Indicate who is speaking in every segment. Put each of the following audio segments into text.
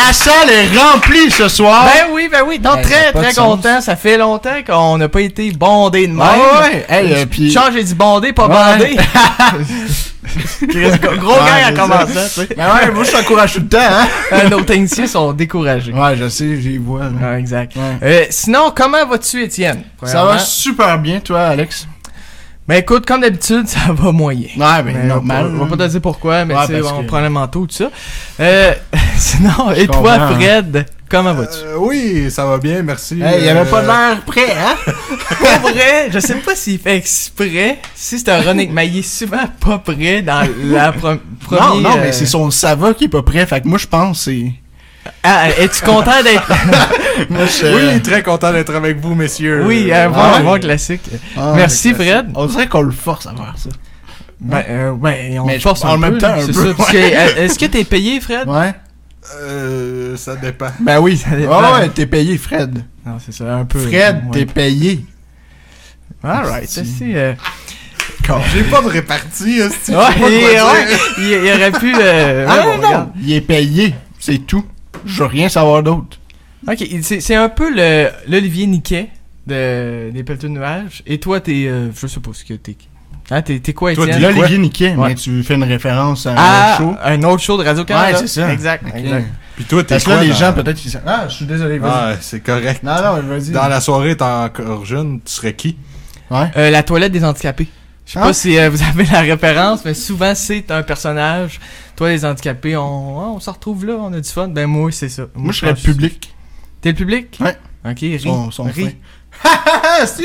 Speaker 1: La salle est remplie ce soir.
Speaker 2: Ben oui. Donc, très content. Ça fait longtemps qu'on n'a pas été bondé de même.
Speaker 1: Ah ouais. Hey, puis...
Speaker 2: Change, j'ai dit bondé, pas bandé. Gros gars a commencé, tu sais.
Speaker 1: Ben ouais, moi je t'encourage tout le temps, hein.
Speaker 2: Nos techniciens sont découragés.
Speaker 1: Ouais, je sais, j'y vois. Là.
Speaker 2: Ah, exact. Ouais. Sinon, comment vas-tu, Étienne?
Speaker 1: Ça va super bien, toi, Alex?
Speaker 2: Ben écoute, comme d'habitude, ça va moyen.
Speaker 1: Ouais, ben normal.
Speaker 2: On va pas te dire pourquoi, mais tu sais, on prend le manteau, tout ça. Sinon, et toi, Fred, comment vas-tu?
Speaker 3: Oui, ça va bien, merci.
Speaker 1: Hey, il avait pas l'air prêt, hein?
Speaker 2: Pas vrai, je sais pas s'il fait exprès, si c'est un running, mais il est souvent pas prêt dans la première...
Speaker 1: Non, mais c'est son Sava qui est pas prêt, fait que moi je pense c'est...
Speaker 2: Ah, es-tu content d'être...
Speaker 3: Oui, très content d'être avec vous, messieurs.
Speaker 2: Oui, bon classique. Merci, Fred.
Speaker 1: On dirait qu'on le force à faire ça.
Speaker 2: On le force en même temps, c'est ça. Parce que, est-ce que t'es payé, Fred?
Speaker 1: Ouais.
Speaker 3: Ça dépend.
Speaker 1: Ben oui, ça dépend. Ouais, t'es payé, Fred.
Speaker 2: Non, c'est ça, un peu...
Speaker 1: Fred, t'es payé.
Speaker 2: Alright, c'est...
Speaker 3: J'ai pas de répartie,
Speaker 2: il aurait pu...
Speaker 1: non, il est payé, c'est tout. Je veux rien savoir d'autre.
Speaker 2: Ok, c'est un peu l'Olivier Niquet des Pelleteux de Nuages. Et toi, t'es... je sais pas ce que t'es... Hein, t'es quoi, Étienne?
Speaker 1: Toi, t'es l'Olivier Niquet, mais tu fais une référence à un show.
Speaker 2: Un autre show de Radio-Canada.
Speaker 1: Ouais, c'est ça.
Speaker 2: Exact.
Speaker 3: Puis toi, t'es
Speaker 1: parce que là, les gens, peut-être qu'ils... Ah, je suis désolé, vas-y.
Speaker 3: Ah, c'est correct.
Speaker 1: Non, vas-y.
Speaker 3: Dans la soirée, t'es encore jeune, tu serais qui?
Speaker 2: Ouais. La toilette des handicapés. Je sais pas si vous avez la référence, mais souvent c'est un personnage. Toi, les handicapés, on se retrouve là, on a du fun. Ben moi, c'est ça.
Speaker 1: Moi, je serais le public.
Speaker 2: T'es le public?
Speaker 1: Ouais.
Speaker 2: Ok, ris.
Speaker 1: Ris. Ha si,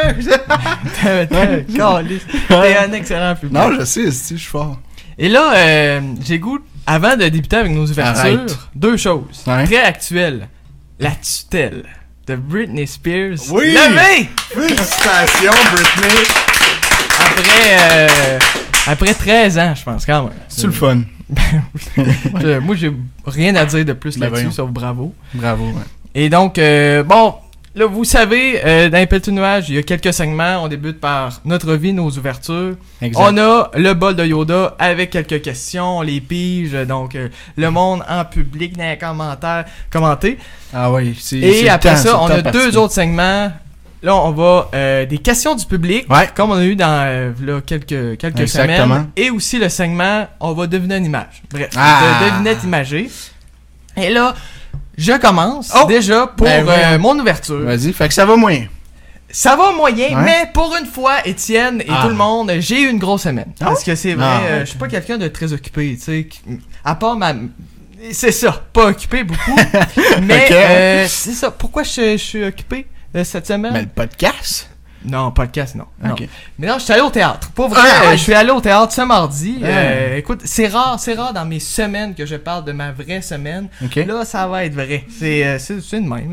Speaker 2: T'es un excellent public.
Speaker 1: Non, je sais, je suis fort.
Speaker 2: Et là, j'ai goût, avant de débuter avec nos ouvertures, deux choses. Très actuelles. La tutelle de Britney Spears.
Speaker 3: Oui!
Speaker 2: Levez!
Speaker 3: Félicitations, Britney!
Speaker 2: Après 13 ans, je pense, quand même.
Speaker 1: C'est le fun.
Speaker 2: Moi, j'ai rien à dire de plus là-dessus, sauf bravo.
Speaker 1: Bravo, ouais.
Speaker 2: Et donc, bon, là, vous savez, dans les Pelleteux de Nuages, il y a quelques segments. On débute par notre vie, nos ouvertures.
Speaker 1: Exact.
Speaker 2: On a le bol de Yoda avec quelques questions, les piges, donc le monde en public, dans les commentaires, commenter.
Speaker 1: Ah oui,
Speaker 2: Et après ça, on a deux autres segments. Là, on va des questions du public, comme on a eu dans là, quelques semaines. Et aussi le segment, on va deviner une image. Bref, devinette imagée. Et là, je commence déjà pour mon ouverture.
Speaker 1: Vas-y, fait que ça va moyen.
Speaker 2: Ça va moyen, mais pour une fois, Étienne et tout le monde, j'ai eu une grosse semaine. Parce que c'est vrai, je suis pas quelqu'un de très occupé, tu sais. À part c'est ça, pas occupé beaucoup. Mais c'est ça, pourquoi je suis occupé cette semaine?
Speaker 1: Mais le podcast?
Speaker 2: Non, podcast, non.
Speaker 1: Okay.
Speaker 2: Non. Mais non, je suis allé au théâtre. Pour vrai, je suis allé au théâtre ce mardi. Écoute, c'est rare dans mes semaines que je parle de ma vraie semaine.
Speaker 1: Okay.
Speaker 2: Là, ça va être vrai. C'est une même.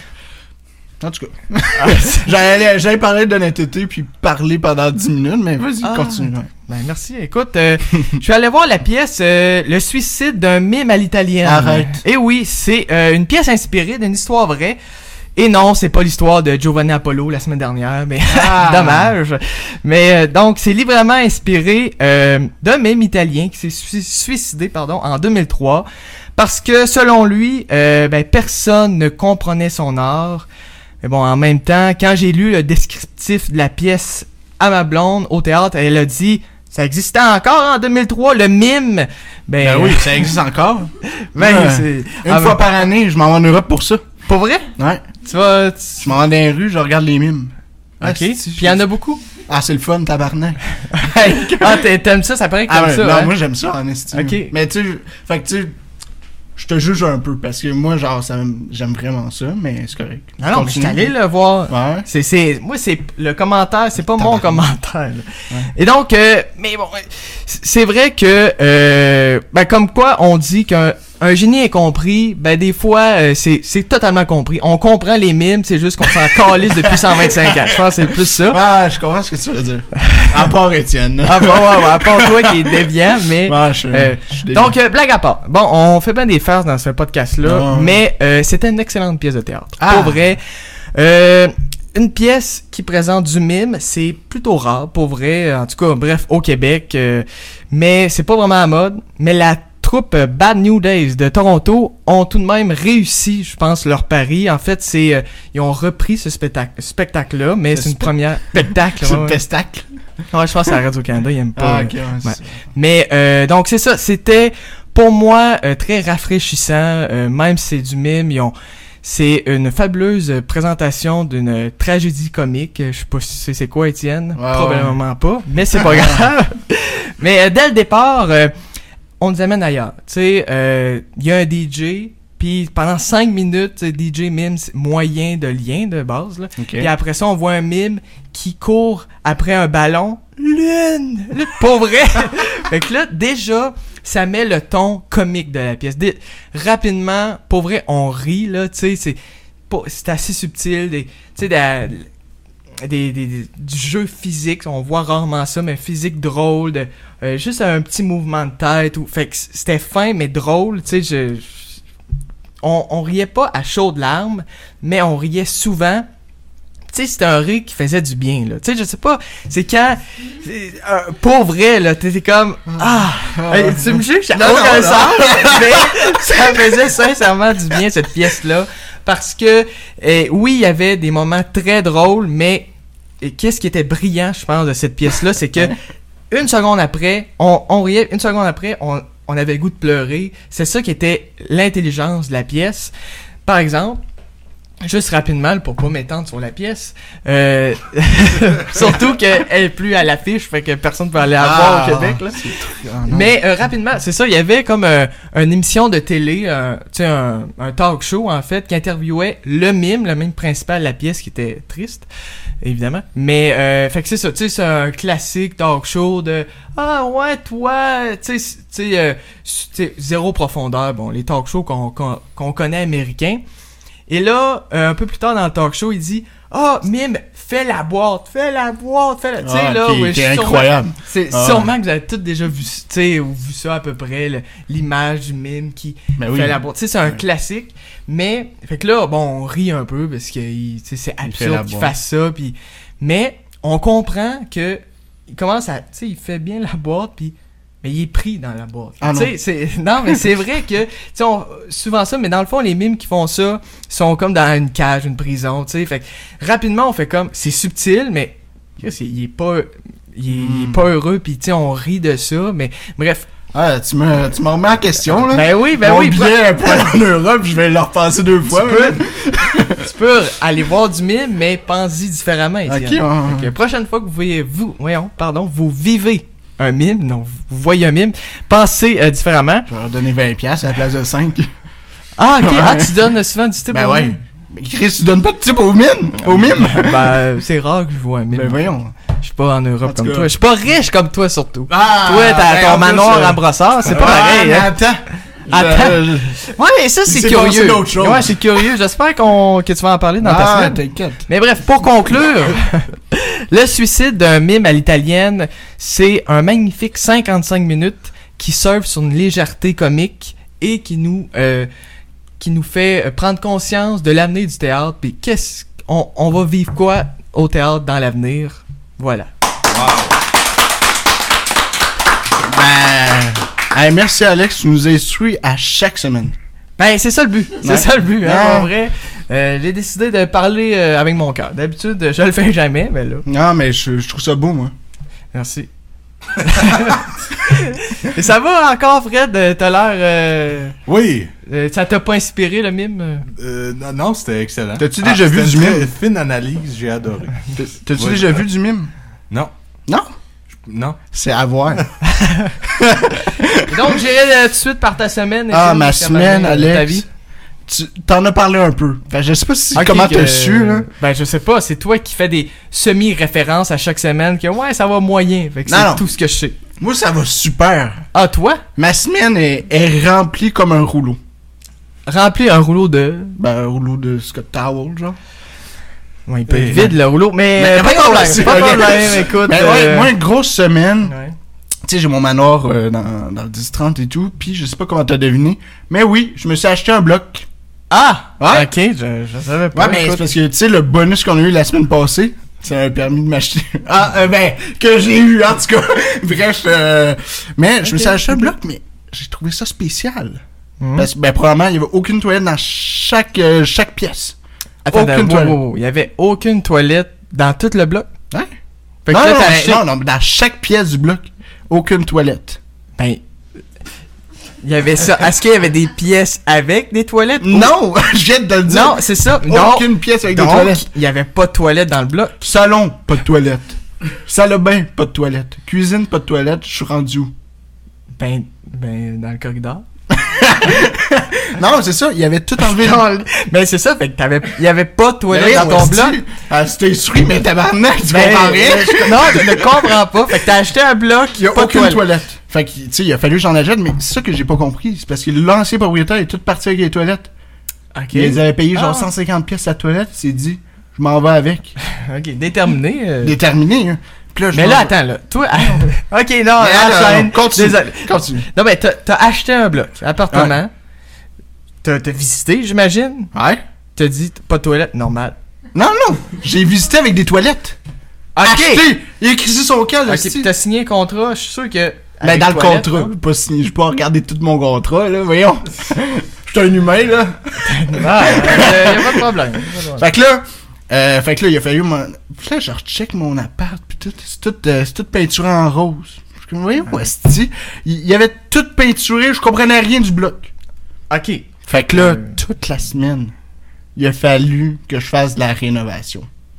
Speaker 1: En tout cas, j'allais parler d'honnêteté puis parler pendant 10 minutes, mais vas-y, continue.
Speaker 2: Ben merci. Écoute, je suis allé voir la pièce Le suicide d'un mime à l'italienne.
Speaker 1: Arrête.
Speaker 2: Et oui, c'est une pièce inspirée d'une histoire vraie. Et non, c'est pas l'histoire de Giovanni Apollo la semaine dernière, mais dommage. Mais donc, c'est librement inspiré d'un mime italien qui s'est suicidé en 2003 parce que selon lui, personne ne comprenait son art. Mais bon, en même temps, quand j'ai lu le descriptif de la pièce à ma blonde au théâtre, elle a dit ça existait encore en 2003, le mime.
Speaker 1: Ben oui, ça existe encore.
Speaker 2: C'est
Speaker 1: une fois par année, je m'en vais en Europe pour ça.
Speaker 2: Pas vrai?
Speaker 1: Ouais.
Speaker 2: Je
Speaker 1: m'en vais dans les rues, je regarde les mimes.
Speaker 2: Ok. Puis il y en a beaucoup.
Speaker 1: Ah, c'est le fun, tabarnak.
Speaker 2: T'aimes ça paraît que t'aimes ça.
Speaker 1: Non, moi j'aime ça, en estime.
Speaker 2: Ok.
Speaker 1: Mais tu sais, je te juge un peu parce que moi, j'aime vraiment ça, mais c'est correct.
Speaker 2: Non, mais je suis allé le voir.
Speaker 1: Ouais.
Speaker 2: Moi, c'est le commentaire, c'est pas mon commentaire. Ouais. Et donc, mais bon, c'est vrai que, comme quoi on dit qu'un génie incompris, des fois, c'est totalement compris. On comprend les mimes, c'est juste qu'on s'en calisse depuis 125 ans. Je pense que c'est plus ça.
Speaker 1: Ah, je comprends ce que tu veux dire. À part Étienne.
Speaker 2: À part toi qui est déviant, mais... donc, blague à part. Bon, on fait bien des farces dans ce podcast-là, mais c'était une excellente pièce de théâtre. Pour vrai. Une pièce qui présente du mime, c'est plutôt rare, pour vrai. En tout cas, bref, au Québec. Mais c'est pas vraiment à mode. Mais la troupe Bad New Days de Toronto ont tout de même réussi, je pense, leur pari. En fait, ils ont repris ce spectacle-là, mais c'est une première... Spectacle,
Speaker 1: C'est
Speaker 2: ouais.
Speaker 1: le pestacle.
Speaker 2: Ouais, je pense à Radio-Canada, ils aiment pas.
Speaker 1: Ah, ok, ouais.
Speaker 2: Mais, donc, c'est ça. C'était, pour moi, très rafraîchissant. Même si c'est du mime, c'est une fabuleuse présentation d'une tragédie comique. Je sais pas si c'est quoi, Étienne.
Speaker 1: Ouais,
Speaker 2: Probablement pas, mais c'est pas grave. Mais dès le départ, on nous amène ailleurs. Tu sais, il y a un DJ, puis pendant 5 minutes, DJ mime moyen de lien de base. Là.
Speaker 1: Ok.
Speaker 2: Puis après ça, on voit un mime qui court après un ballon. Lune! Pour vrai! Fait que là, déjà, ça met le ton comique de la pièce. Rapidement, pour vrai, on rit, là, tu sais, c'est assez subtil, tu sais, du jeu physique, on voit rarement ça, mais physique drôle, juste un petit mouvement de tête, fait que c'était fin, mais drôle, tu sais, on riait pas à chaudes larmes, mais on riait souvent. Tu sais, c'était un rire qui faisait du bien, là. Tu sais, je sais pas, c'est quand... pour vrai, là, t'étais comme... tu me juges, j'ai aucun sens, mais ça faisait sincèrement du bien, cette pièce-là. Parce que, oui, il y avait des moments très drôles, mais qu'est-ce qui était brillant, je pense, de cette pièce-là, c'est que une seconde après, on riait, une seconde après, on avait le goût de pleurer. C'est ça qui était l'intelligence de la pièce. Par exemple, juste rapidement, pour pas m'étendre sur la pièce, surtout qu'elle est plus à l'affiche, fait que personne peut aller la voir au Québec, là. Mais rapidement, c'est ça, il y avait comme une émission de télé, tu sais, un talk show, en fait, qui interviewait le mime principal de la pièce, qui était triste, évidemment. Mais, fait que c'est ça, tu sais, c'est un classique talk show de « Ah ouais, toi! » Tu sais, zéro profondeur, bon, les talk shows qu'on connaît américains. Et là, un peu plus tard dans le talk show, il dit « Ah, mime, fais la boîte. » Tu sais, là,
Speaker 1: c'est incroyable.
Speaker 2: C'est sûrement que vous avez tous déjà vu, tu sais, ou vu ça à peu près, l'image du mime qui fait la boîte. Tu sais, c'est un classique. Mais, fait que là, bon, on rit un peu parce que c'est absurde qu'il fasse ça. Puis, mais, on comprend que il commence à, tu sais, il fait bien la boîte, puis mais il est pris dans la boîte.
Speaker 1: Ah non.
Speaker 2: Non, mais c'est vrai que, tu sais, souvent ça, mais dans le fond, les mimes qui font ça sont comme dans une cage, une prison, tu sais. Fait que, rapidement, on fait comme, c'est subtil, mais, il est pas heureux, pis tu sais, on rit de ça, mais, bref.
Speaker 1: Ah, tu me remets en question, là.
Speaker 2: Ben oui.
Speaker 1: Mon billet pour aller en Europe, je vais le repasser 2 fois.
Speaker 2: Tu peux aller voir du mime, mais pense-y différemment, Étienne.
Speaker 1: Ok,
Speaker 2: Donc, prochaine fois que vous vivez un mime, non, vous voyez un mime, pensez différemment.
Speaker 1: Je vais leur donner 20$ à la place de 5.
Speaker 2: Ah, ok. Ah, tu donnes souvent du type
Speaker 1: Ben
Speaker 2: au
Speaker 1: ouais.
Speaker 2: mime?
Speaker 1: Mais Chris, tu donnes pas de type au mime?
Speaker 2: Ben, c'est rare que je vois un mime.
Speaker 1: Ben voyons.
Speaker 2: Je suis pas en Europe
Speaker 1: En tout
Speaker 2: comme
Speaker 1: cas.
Speaker 2: toi. Je suis pas riche comme toi, surtout.
Speaker 1: Ah,
Speaker 2: Toi, t'as
Speaker 1: ben,
Speaker 2: ton
Speaker 1: en
Speaker 2: manoir
Speaker 1: plus,
Speaker 2: à Brossard, c'est pas pareil.
Speaker 1: mais
Speaker 2: Hein?
Speaker 1: Attends.
Speaker 2: Ouais, mais ça, c'est
Speaker 1: s'est
Speaker 2: curieux.
Speaker 1: passé d'autres choses.
Speaker 2: Ouais, c'est curieux. J'espère que tu vas en parler dans ta semaine.
Speaker 1: T'inquiète.
Speaker 2: Mais bref, pour conclure, le suicide d'un mime à l'italienne, c'est un magnifique 55 minutes qui surfe sur une légèreté comique et qui nous fait prendre conscience de l'avenir du théâtre. Puis on va vivre quoi au théâtre dans l'avenir? Voilà.
Speaker 1: Hey, merci Alex, tu nous instruis à chaque semaine.
Speaker 2: Ben, c'est ça le but. C'est
Speaker 1: Ouais.
Speaker 2: ça le but, hein,
Speaker 1: Ouais.
Speaker 2: en vrai. J'ai décidé de parler avec mon cœur. D'habitude, je le fais jamais, mais là.
Speaker 1: Non, mais je trouve ça beau, moi.
Speaker 2: Merci. Et ça va encore, Fred? T'as l'air...
Speaker 3: Oui.
Speaker 2: Ça t'a pas inspiré, le mime?
Speaker 3: Non, c'était excellent.
Speaker 1: T'as-tu déjà vu
Speaker 3: c'était
Speaker 1: du
Speaker 3: une
Speaker 1: mime?
Speaker 3: très fine analyse, j'ai adoré.
Speaker 1: T'as-tu
Speaker 3: Ouais.
Speaker 1: déjà vu du mime?
Speaker 3: Non.
Speaker 1: Non?
Speaker 3: Non.
Speaker 1: C'est à voir.
Speaker 2: Donc, j'irai tout de suite par ta semaine.
Speaker 1: Ah,
Speaker 2: Étienne,
Speaker 1: ma
Speaker 2: jusqu'à
Speaker 1: semaine,
Speaker 2: maintenant de ta
Speaker 1: Alex.
Speaker 2: vie.
Speaker 1: T'en as parlé un peu. Fait, je sais pas si
Speaker 2: Ok,
Speaker 1: comment t'as su, là.
Speaker 2: Ben, je sais pas. C'est toi qui fais des semi-références à chaque semaine. Que ouais, ça va moyen. Fait que
Speaker 1: Non,
Speaker 2: c'est
Speaker 1: non.
Speaker 2: tout ce que je sais.
Speaker 1: Moi, ça va super.
Speaker 2: Ah, toi?
Speaker 1: Ma semaine est remplie comme un rouleau.
Speaker 2: Remplis un rouleau de...
Speaker 1: Ben, un rouleau de Scott Towel, genre.
Speaker 2: Ouais, il peut être vide, le rouleau. Mais pas de
Speaker 1: voyons,
Speaker 2: problème.
Speaker 1: c'est
Speaker 2: Pas de
Speaker 1: ok.
Speaker 2: problème, écoute.
Speaker 1: Ben ouais, moi, une grosse semaine.
Speaker 2: Ouais.
Speaker 1: Tu sais, j'ai mon manoir dans le 10-30 et tout, puis je sais pas comment t'as deviné, mais oui, je me suis acheté un bloc.
Speaker 2: Ah!
Speaker 1: Ouais.
Speaker 2: Ok, je savais pas.
Speaker 1: Ouais, mais c'est
Speaker 2: écoute.
Speaker 1: parce que, tu sais, le bonus qu'on a eu la semaine passée, ça m'a permis de m'acheter... ben, que j'ai eu, en tout cas. Bref, mais je me suis acheté un bloc, mais j'ai trouvé ça spécial. Parce que, ben, probablement, il y avait aucune toilette dans chaque pièce.
Speaker 2: Attends, il y avait aucune toilette dans tout le bloc?
Speaker 1: Hein?
Speaker 2: Fait que
Speaker 1: Non,
Speaker 2: là,
Speaker 1: non,
Speaker 2: t'as
Speaker 1: mais
Speaker 2: acheté...
Speaker 1: non, dans chaque pièce du bloc, aucune toilette.
Speaker 2: Ben, il y avait ça. Est-ce qu'il y avait des pièces avec des toilettes?
Speaker 1: Non, je viens de te le dire.
Speaker 2: Non, c'est ça. Non.
Speaker 1: Aucune pièce avec
Speaker 2: Donc,
Speaker 1: des toilettes.
Speaker 2: il y avait pas de toilette dans le bloc.
Speaker 1: Salon, pas de toilette. Salle de bain, pas de toilette. Cuisine, pas de toilette. Je suis rendu où?
Speaker 2: Ben, dans le corridor.
Speaker 1: Non, c'est ça, il y avait tout enlevé.
Speaker 2: Ben, c'est ça, fait que il y avait pas de toilette
Speaker 1: Mais
Speaker 2: dans ton
Speaker 1: hostie,
Speaker 2: bloc.
Speaker 1: Ah, c'était instruit, mais tabarnak, tu
Speaker 2: Ben,
Speaker 1: comprends rien?
Speaker 2: non, je ne comprends pas. Fait que t'as acheté un bloc,
Speaker 1: Il y a
Speaker 2: pas de
Speaker 1: aucune
Speaker 2: toilette.
Speaker 1: toilette. Fait que, tu sais, il a fallu que j'en achète, mais c'est ça que j'ai pas compris. C'est parce que l'ancien propriétaire est tout parti avec les toilettes.
Speaker 2: Ok.
Speaker 1: Il les avait payé genre
Speaker 2: Ah.
Speaker 1: 150 pièces la toilette, il s'est dit, je m'en vais avec.
Speaker 2: Ok, déterminé.
Speaker 1: Déterminé, hein. Puis là, je
Speaker 2: Mais
Speaker 1: m'en
Speaker 2: là,
Speaker 1: vais.
Speaker 2: attends, là. Toi, ok, non,
Speaker 1: Mais attends,
Speaker 2: enchaîne.
Speaker 1: continue.
Speaker 2: Désolé.
Speaker 1: Continue.
Speaker 2: Non, ben, t'as acheté un bloc, appartement. T'as visité, j'imagine.
Speaker 1: Ouais.
Speaker 2: T'as dit, pas de toilette, normal.
Speaker 1: Non, non, j'ai visité avec des toilettes.
Speaker 2: Ok.
Speaker 1: Acheté! Il a écrit sur son cas, là,
Speaker 2: Ok, puis t'as signé un contrat, je suis sûr que.
Speaker 1: Ben,
Speaker 2: avec
Speaker 1: dans le
Speaker 2: toilette,
Speaker 1: contrat.
Speaker 2: hein.
Speaker 1: J'ai pas signé, j'ai pas regardé tout mon contrat, là, voyons. Je suis un humain, là.
Speaker 2: Ah, y a pas de problème.
Speaker 1: Fait que là, il a fallu Puis là, je recheck mon appart, pis tout, c'est tout peinturé en rose. Je suis comme, voyons, esti. Il y avait tout peinturé, je comprenais rien du bloc.
Speaker 2: Ok.
Speaker 1: Fait que là, toute la semaine, il a fallu que je fasse de la rénovation.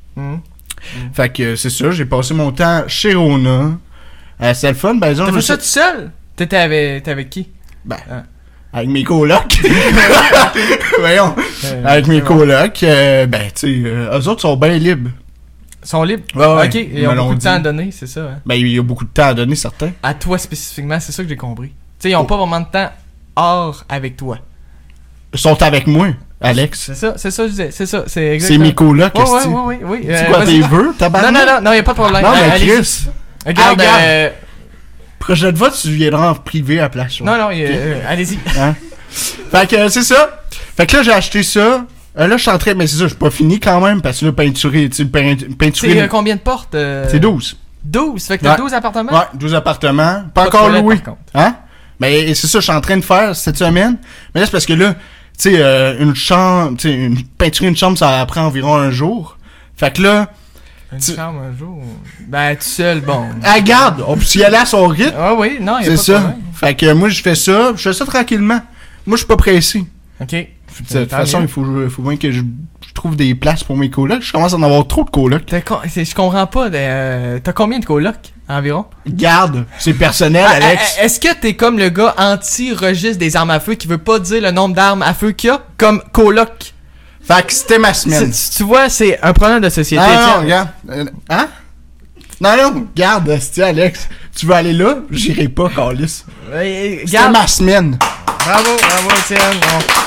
Speaker 1: Fait que c'est ça, j'ai passé mon temps chez Rona. C'est le fun, par exemple.
Speaker 2: T'as fait ça tout seul? T'étais avec qui?
Speaker 1: Ben,
Speaker 2: Ah.
Speaker 1: avec mes colocs. Voyons. Avec mes colocs, ben, tu sais, eux autres sont bien libres.
Speaker 2: Ils sont libres?
Speaker 1: Ouais, ouais.
Speaker 2: Ok,
Speaker 1: Ils
Speaker 2: ils ont
Speaker 1: me l'ont
Speaker 2: beaucoup de
Speaker 1: dit.
Speaker 2: temps à donner, c'est ça. Hein?
Speaker 1: Ben, il y a beaucoup de temps à donner, certains.
Speaker 2: À toi spécifiquement, c'est ça que j'ai compris. Tu sais, ils ont pas vraiment de temps hors avec toi.
Speaker 1: Ils sont avec moi, Alex.
Speaker 2: C'est ça, je disais. C'est ça, c'est
Speaker 1: C'est
Speaker 2: exactement.
Speaker 1: mes colocs,
Speaker 2: Ouais,
Speaker 1: esti.
Speaker 2: oui.
Speaker 1: C'est quoi,
Speaker 2: vas-y.
Speaker 1: tes vœux, tabarnak?
Speaker 2: Non, y a pas de problème.
Speaker 1: Non, mais
Speaker 2: Allez-y.
Speaker 1: Chris,
Speaker 2: Regarde,
Speaker 1: regarde. Prochaine fois, tu viendras en privé à la place. ouais.
Speaker 2: non, allez-y.
Speaker 1: Hein? Fait que c'est ça. Fait que là, j'ai acheté ça. Là, je suis en train, mais c'est ça, je suis pas fini quand même, parce que là, peinturé, tu sais, peinturé.
Speaker 2: C'est combien de portes?
Speaker 1: C'est 12.
Speaker 2: 12, fait que t'as
Speaker 1: Ouais.
Speaker 2: 12 appartements?
Speaker 1: Ouais, 12 appartements. Pas
Speaker 2: Pas de
Speaker 1: encore
Speaker 2: toilette,
Speaker 1: loués.
Speaker 2: par contre.
Speaker 1: Hein? Mais c'est ça, je suis en train de faire cette semaine. Mais là, c'est parce que là, tu sais, une chambre, tu sais, peinturer une chambre, ça prend environ un jour. Fait que là,
Speaker 2: Une chambre un jour. Ben, tout seul, bon.
Speaker 1: regarde, on peut y aller à son rythme.
Speaker 2: Ah oui, non, y a
Speaker 1: C'est
Speaker 2: pas de
Speaker 1: ça.
Speaker 2: problème.
Speaker 1: Fait que moi, je fais ça tranquillement. Moi, je suis pas pressé.
Speaker 2: Ok.
Speaker 1: De toute façon, il faut bien que je trouve des places pour mes colocs. Je commence à en avoir trop de colocs.
Speaker 2: Je comprends pas. T'as combien de colocs environ?
Speaker 1: Garde, c'est personnel, Alex.
Speaker 2: Est-ce que t'es comme le gars anti-registre des armes à feu qui veut pas dire le nombre d'armes à feu qu'il y a comme coloc?
Speaker 1: Fait que c'était ma semaine.
Speaker 2: Tu vois, c'est un problème de société.
Speaker 1: Ah
Speaker 2: tiens.
Speaker 1: non, regarde. Hein? Non, garde, esti, Alex. Tu veux aller là? J'irai pas, Carlis. C'était
Speaker 2: Garde.
Speaker 1: ma semaine.
Speaker 2: Bravo, Étienne.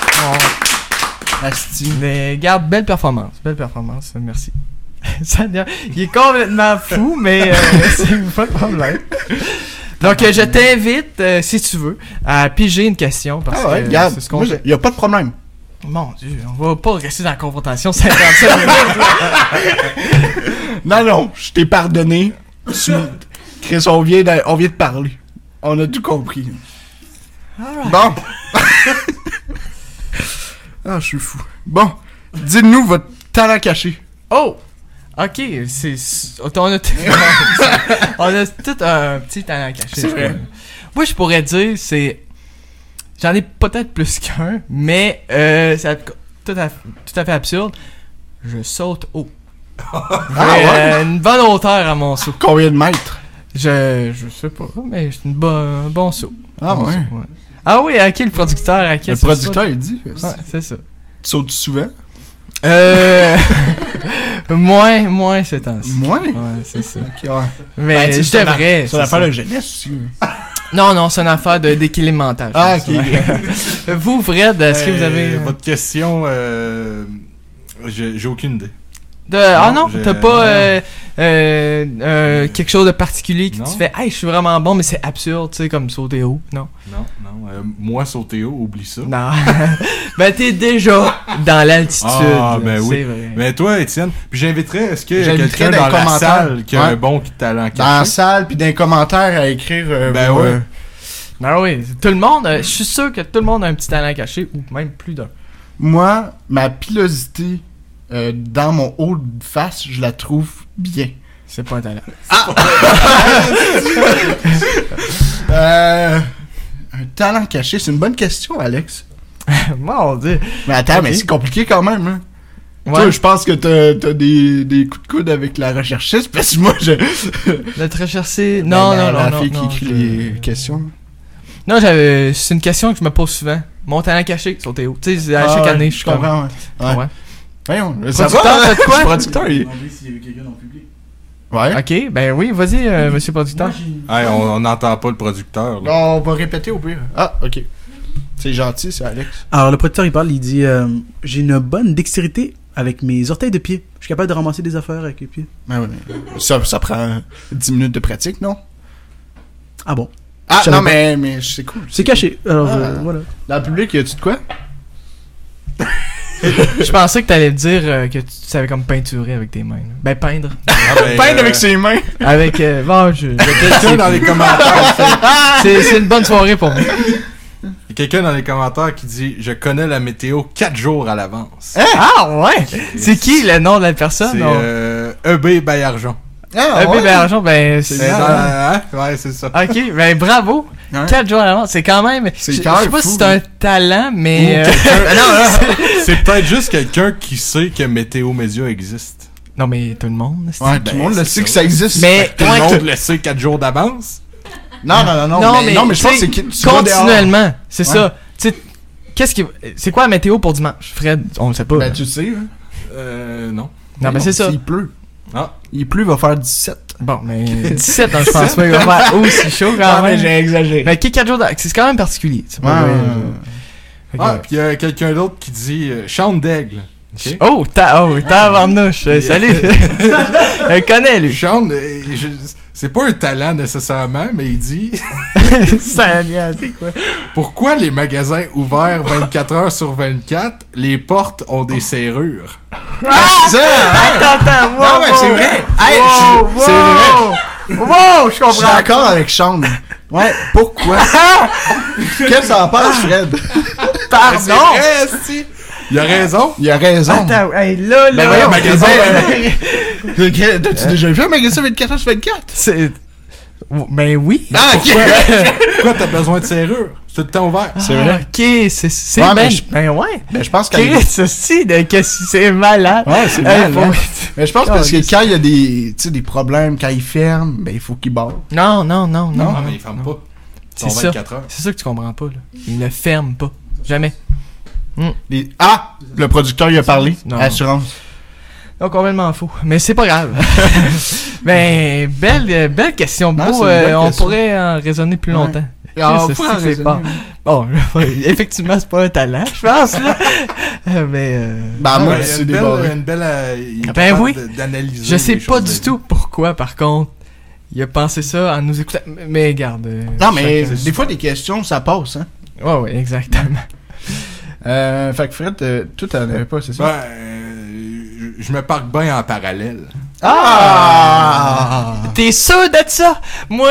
Speaker 1: Asti.
Speaker 2: Mais garde, belle performance, merci. Il est complètement fou, mais c'est pas de problème. Donc, je t'invite, si tu veux, à piger une question. Parce
Speaker 1: Ah ouais,
Speaker 2: que
Speaker 1: regarde.
Speaker 2: c'est ce qu'on fait.
Speaker 1: Y a pas de problème.
Speaker 2: Mon Dieu, on va pas rester dans la confrontation 55 minutes.
Speaker 1: Non, je t'ai pardonné. Chris, on vient de parler. On a tout compris.
Speaker 2: Alright.
Speaker 1: Bon. Ah, je suis fou. Bon, dites-nous votre talent caché.
Speaker 2: Oh! Ok, on a tout un petit talent caché.
Speaker 1: C'est vrai.
Speaker 2: Moi, je pourrais dire, j'en ai peut-être plus qu'un, mais c'est tout à fait absurde. Je saute haut.
Speaker 1: Ouais?
Speaker 2: Une bonne hauteur à mon saut.
Speaker 1: Combien de mètres?
Speaker 2: Je sais pas, mais c'est un bon saut.
Speaker 1: Ah
Speaker 2: Bon
Speaker 1: ouais.
Speaker 2: saut, Ah oui, à qui le producteur? À qui
Speaker 1: Le producteur, il dit.
Speaker 2: Ouais, c'est ça.
Speaker 1: Tu sautes souvent?
Speaker 2: Moins ces temps-ci.
Speaker 1: Moins?
Speaker 2: Ouais, c'est ça.
Speaker 1: Ok, ouais.
Speaker 2: Mais je devrais.
Speaker 1: C'est une affaire de jeunesse aussi.
Speaker 2: Non, c'est une affaire d'équilibre mental. je
Speaker 1: Ah,
Speaker 2: pense,
Speaker 1: ok.
Speaker 2: ouais. Vous, Fred, est-ce que vous avez...
Speaker 3: Votre question, j'ai aucune idée.
Speaker 2: non, t'as pas quelque chose de particulier qui
Speaker 3: Non.
Speaker 2: te fait « Hey, je suis vraiment bon, mais c'est absurde, tu sais, comme sauter haut. » Non.
Speaker 3: Non. Moi, sauter haut, oublie ça.
Speaker 2: Non. Ben, t'es déjà dans l'altitude.
Speaker 3: Ah, ben
Speaker 2: c'est
Speaker 3: oui.
Speaker 2: vrai.
Speaker 3: Mais toi, Étienne, puis j'inviterais, est-ce qu'il y a
Speaker 1: J'inviterais
Speaker 3: quelqu'un
Speaker 1: dans
Speaker 3: dans
Speaker 1: les
Speaker 3: la
Speaker 1: commentaires.
Speaker 3: salle qui a
Speaker 1: Ouais.
Speaker 3: un bon talent caché?
Speaker 1: Dans la salle, puis dans les commentaires à écrire.
Speaker 3: Ben ouais.
Speaker 2: Ben oui, tout le monde, je suis sûr que tout le monde a un petit talent caché, ou même plus d'un.
Speaker 1: Moi, ma pilosité dans mon haut de face, je la trouve bien.
Speaker 2: C'est pas un talent.
Speaker 1: Un talent caché, c'est une bonne question, Alex.
Speaker 2: Mon Dieu.
Speaker 1: Mais attends,
Speaker 2: Ok.
Speaker 1: mais c'est compliqué quand même. Hein.
Speaker 2: Ouais.
Speaker 1: Toi, je pense que t'as des coups de coude avec la recherchiste, parce que moi,
Speaker 2: Notre recherché. Non,
Speaker 1: Ben,
Speaker 2: non,
Speaker 1: la
Speaker 2: non.
Speaker 1: fille
Speaker 2: non,
Speaker 1: qui écrit
Speaker 2: je-
Speaker 1: les questions.
Speaker 2: Non, c'est une question que je me pose souvent. Mon talent caché sur Théo. Tu sais, c'est à chaque
Speaker 1: Ah,
Speaker 2: année,
Speaker 1: je comprends, ouais.
Speaker 2: comme-
Speaker 1: Ouais.
Speaker 2: Ouais.
Speaker 1: Voyons, ça
Speaker 2: Producteur,
Speaker 1: va, hein?
Speaker 2: t'as de quoi?
Speaker 1: Le producteur, il...
Speaker 4: Demander s'il y avait quelqu'un dans le public.
Speaker 1: Ouais.
Speaker 2: Ok, ben oui, vas-y, monsieur producteur.
Speaker 3: Hey, on n'entend pas le producteur. Là.
Speaker 1: On va répéter au pire. Ah, ok. C'est gentil, c'est Alex.
Speaker 4: Alors, le producteur, il parle, il dit j'ai une bonne dextérité avec mes orteils de pied. Je suis capable de ramasser des affaires avec les pieds.
Speaker 1: Ben oui, mais ça prend 10 minutes de pratique, non?
Speaker 4: Ah bon?
Speaker 1: Ah,
Speaker 4: Je savais
Speaker 1: non,
Speaker 4: pas.
Speaker 1: mais c'est cool.
Speaker 4: C'est caché. Alors,
Speaker 1: Ah.
Speaker 4: voilà.
Speaker 1: Dans le public, y a-tu de quoi?
Speaker 2: Je pensais que t'allais me dire que tu savais comme peinturer avec tes mains. là. Ben, peindre.
Speaker 3: Ah, ben,
Speaker 1: Peindre avec ses mains.
Speaker 2: Avec. Bon,
Speaker 3: Quelqu'un dans les commentaires.
Speaker 2: c'est une bonne soirée pour moi.
Speaker 3: Il y a quelqu'un dans les commentaires qui dit je connais la météo 4 jours à l'avance.
Speaker 2: Ah, ouais! C'est qui le nom de la personne?
Speaker 3: C'est
Speaker 2: non?
Speaker 3: EB Baillargeon.
Speaker 1: Ah,
Speaker 2: Ben, argent, ben, c'est
Speaker 3: C'est
Speaker 2: ça.
Speaker 3: dans- hein? Ouais, c'est ça.
Speaker 2: Ok, ben bravo!
Speaker 1: Ouais.
Speaker 2: 4 jours avant, c'est quand même.
Speaker 1: C'est
Speaker 2: Je
Speaker 1: quand
Speaker 2: sais
Speaker 1: même
Speaker 2: pas
Speaker 1: fou,
Speaker 2: si c'est un talent, mais.
Speaker 3: C'est peut-être juste quelqu'un qui sait que Météo Média existe.
Speaker 2: Non, mais tout le monde. c'est-
Speaker 1: Ouais, tout le monde le
Speaker 3: c'est
Speaker 1: sait que
Speaker 3: ça.
Speaker 1: ça existe.
Speaker 2: Mais.
Speaker 3: Tout
Speaker 2: ouais,
Speaker 3: le monde le sait 4 jours d'avance.
Speaker 1: Non, mais je pense que c'est que tu vas dehors.
Speaker 2: continuellement, c'est
Speaker 1: Ouais.
Speaker 2: ça. Tu sais, c'est quoi la météo pour dimanche? Fred, on le sait pas.
Speaker 1: Ben, tu sais, hein.
Speaker 2: non,
Speaker 3: Non.
Speaker 2: mais c'est ça.
Speaker 1: Il pleut.
Speaker 3: Ah.
Speaker 1: Il pleut, il va faire 17.
Speaker 2: Bon, mais 17, hein, je pense pas. Il va faire aussi chaud quand
Speaker 1: Ah, mais
Speaker 2: même.
Speaker 1: j'ai exagéré.
Speaker 2: Mais qui 4 jours c'est quand même particulier. C'est pas
Speaker 1: Ouais.
Speaker 2: vrai, Fait que-
Speaker 3: Ah, puis il y a quelqu'un d'autre qui dit Chante d'aigle. Ok?
Speaker 2: Oh, tabarnouche. Salut. Elle connaît, lui.
Speaker 3: Chante, c'est pas un talent nécessairement, mais il dit
Speaker 2: Ça c'est quoi?
Speaker 3: pourquoi les magasins ouverts 24 heures sur 24, les portes ont des serrures.
Speaker 1: Ça,
Speaker 2: Attends, wow,
Speaker 1: Non, mais c'est vrai. Hey,
Speaker 2: wow,
Speaker 1: c'est vrai.
Speaker 2: Wow, je
Speaker 1: Je suis
Speaker 2: comprends.
Speaker 1: d'accord avec Sean. Ouais, pourquoi? Qu'est-ce que ça en pense, Fred?
Speaker 2: Pardon.
Speaker 3: C'est vrai, esti. Il a raison.
Speaker 1: Il a raison.
Speaker 2: Attends, hey, là.
Speaker 1: Ben voyons,
Speaker 3: magasin,
Speaker 1: T'as-tu déjà vu un magasin 24 h sur 24?
Speaker 2: C'est. Ben oui.
Speaker 1: Ah, ok.
Speaker 3: Pourquoi t'as besoin de serrures? C'est tout le temps ouvert.
Speaker 1: C'est vrai.
Speaker 2: Ok, c'est
Speaker 1: Ouais,
Speaker 2: ben.
Speaker 1: mais je-
Speaker 2: Ben ouais.
Speaker 1: Ben, je pense que.
Speaker 2: Chris, ceci, c'est malade.
Speaker 1: Ouais, c'est
Speaker 2: Hey,
Speaker 1: mal,
Speaker 2: faut-
Speaker 1: hein. Mais je pense parce que
Speaker 2: Caliste.
Speaker 1: quand il y a des, tu sais, des problèmes, quand ils ferment, ben il faut qu'ils barrent.
Speaker 2: Non.
Speaker 3: Non, mais ils ferment pas. Ils sont
Speaker 2: C'est ça.
Speaker 3: 24 heures.
Speaker 2: C'est ça que tu comprends pas, là. Ils ne ferment pas. Jamais.
Speaker 1: Ah! Le producteur il a parlé.
Speaker 2: Non.
Speaker 1: Assurance.
Speaker 2: Donc, complètement fou. Mais c'est pas grave. Ben, belle question.
Speaker 1: Non,
Speaker 2: Beau,
Speaker 1: c'est une belle
Speaker 2: on
Speaker 1: question.
Speaker 2: pourrait en raisonner plus
Speaker 1: Ouais.
Speaker 2: longtemps.
Speaker 1: Ah,
Speaker 2: C'est-
Speaker 1: faut
Speaker 2: c'est-
Speaker 1: en
Speaker 2: c'est
Speaker 1: raisonner,
Speaker 2: pas-
Speaker 1: oui.
Speaker 2: Bon, effectivement, c'est pas un talent, je pense, là. Mais,
Speaker 1: Ben, moi,
Speaker 3: il y a
Speaker 1: c'est
Speaker 3: une
Speaker 1: des
Speaker 3: belle,
Speaker 1: barrés.
Speaker 3: une belle, il est
Speaker 2: Ben
Speaker 3: capable
Speaker 2: oui.
Speaker 3: d'analyser.
Speaker 2: je sais
Speaker 3: les
Speaker 2: pas
Speaker 3: choses
Speaker 2: du
Speaker 3: de vie.
Speaker 2: tout pourquoi, par contre. Il a pensé ça en nous écoutant. Mais garde.
Speaker 1: Non, mais
Speaker 2: chacun-
Speaker 1: des fois, des questions, ça passe, hein.
Speaker 2: Ouais, exactement.
Speaker 1: Fait que Fred, toi, t'en avais pas, c'est ça?
Speaker 3: Ben, je me parque bien en parallèle.
Speaker 1: Ah!
Speaker 2: T'es sûr de ça? Moi,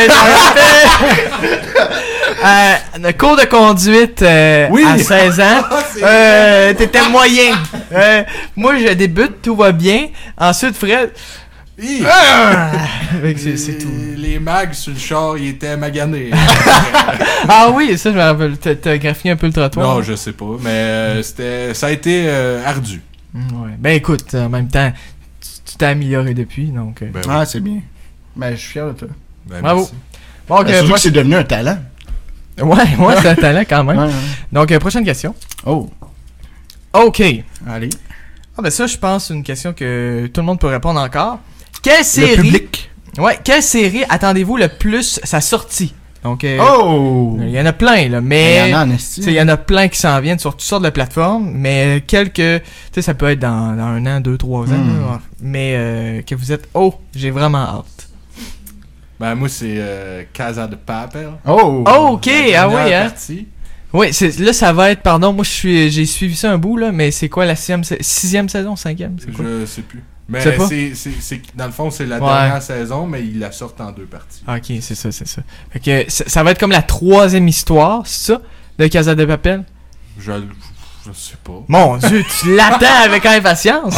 Speaker 2: le cours de conduite
Speaker 3: Oui.
Speaker 2: à 16 ans,
Speaker 3: C'est
Speaker 2: t'étais moyen. Moi, je débute, tout va bien. Ensuite, Fred...
Speaker 3: Hi!
Speaker 2: Fait que c'est tout.
Speaker 3: Les mags sur le char, ils étaient maganés.
Speaker 2: Ah oui, ça, je me rappelle. T'as graffiné un peu le trottoir.
Speaker 3: Non, je sais pas, mais ça a été ardu.
Speaker 2: Ouais. Ben écoute, en même temps, tu t'es amélioré depuis, donc...
Speaker 3: Ben, oui.
Speaker 1: Ah, c'est bien. Ben, je suis fier de toi.
Speaker 3: Ben,
Speaker 2: Bravo.
Speaker 3: merci.
Speaker 2: Bon,
Speaker 1: Ben, surtout que c'est devenu un talent.
Speaker 2: ouais, c'est un talent quand même.
Speaker 1: Ouais, ouais.
Speaker 2: Donc, prochaine question.
Speaker 1: Oh,
Speaker 2: OK.
Speaker 1: allez.
Speaker 2: Ah ben ça, je pense, une question que tout le monde peut répondre encore. Quelle
Speaker 1: Le
Speaker 2: série...
Speaker 1: public.
Speaker 2: Ouais, quelle série attendez-vous le plus sa sortie? Donc,
Speaker 1: Oh!
Speaker 2: il y en a plein, là,
Speaker 1: Il
Speaker 2: mais...
Speaker 1: y en a en
Speaker 2: Tu
Speaker 1: esti.
Speaker 2: sais, il y en a plein qui s'en viennent sur toutes sortes de plateformes, mais quelques... Tu sais, ça peut être dans 1 an, 2, 3 ans, là, mais que vous êtes... Oh, j'ai vraiment hâte.
Speaker 3: Ben, moi, c'est Casa de Papel.
Speaker 1: Oh!
Speaker 2: Oh, ok,
Speaker 3: La
Speaker 2: ah oui,
Speaker 3: dernière
Speaker 2: hein?
Speaker 3: partie.
Speaker 2: Oui, là, ça va être... Pardon, moi, j'ai suivi ça un bout, là, mais c'est quoi la sixième saison, 5e? C'est quoi?
Speaker 3: Je sais plus. Mais
Speaker 2: sais pas?
Speaker 3: dans le fond, c'est la dernière saison, mais ils la sortent en 2 parties.
Speaker 2: Ok, c'est ça. Fait que ça va être comme la 3e histoire, c'est ça, de Casa de Papel?
Speaker 3: Je sais pas.
Speaker 2: Mon Dieu, tu l'attends avec impatience.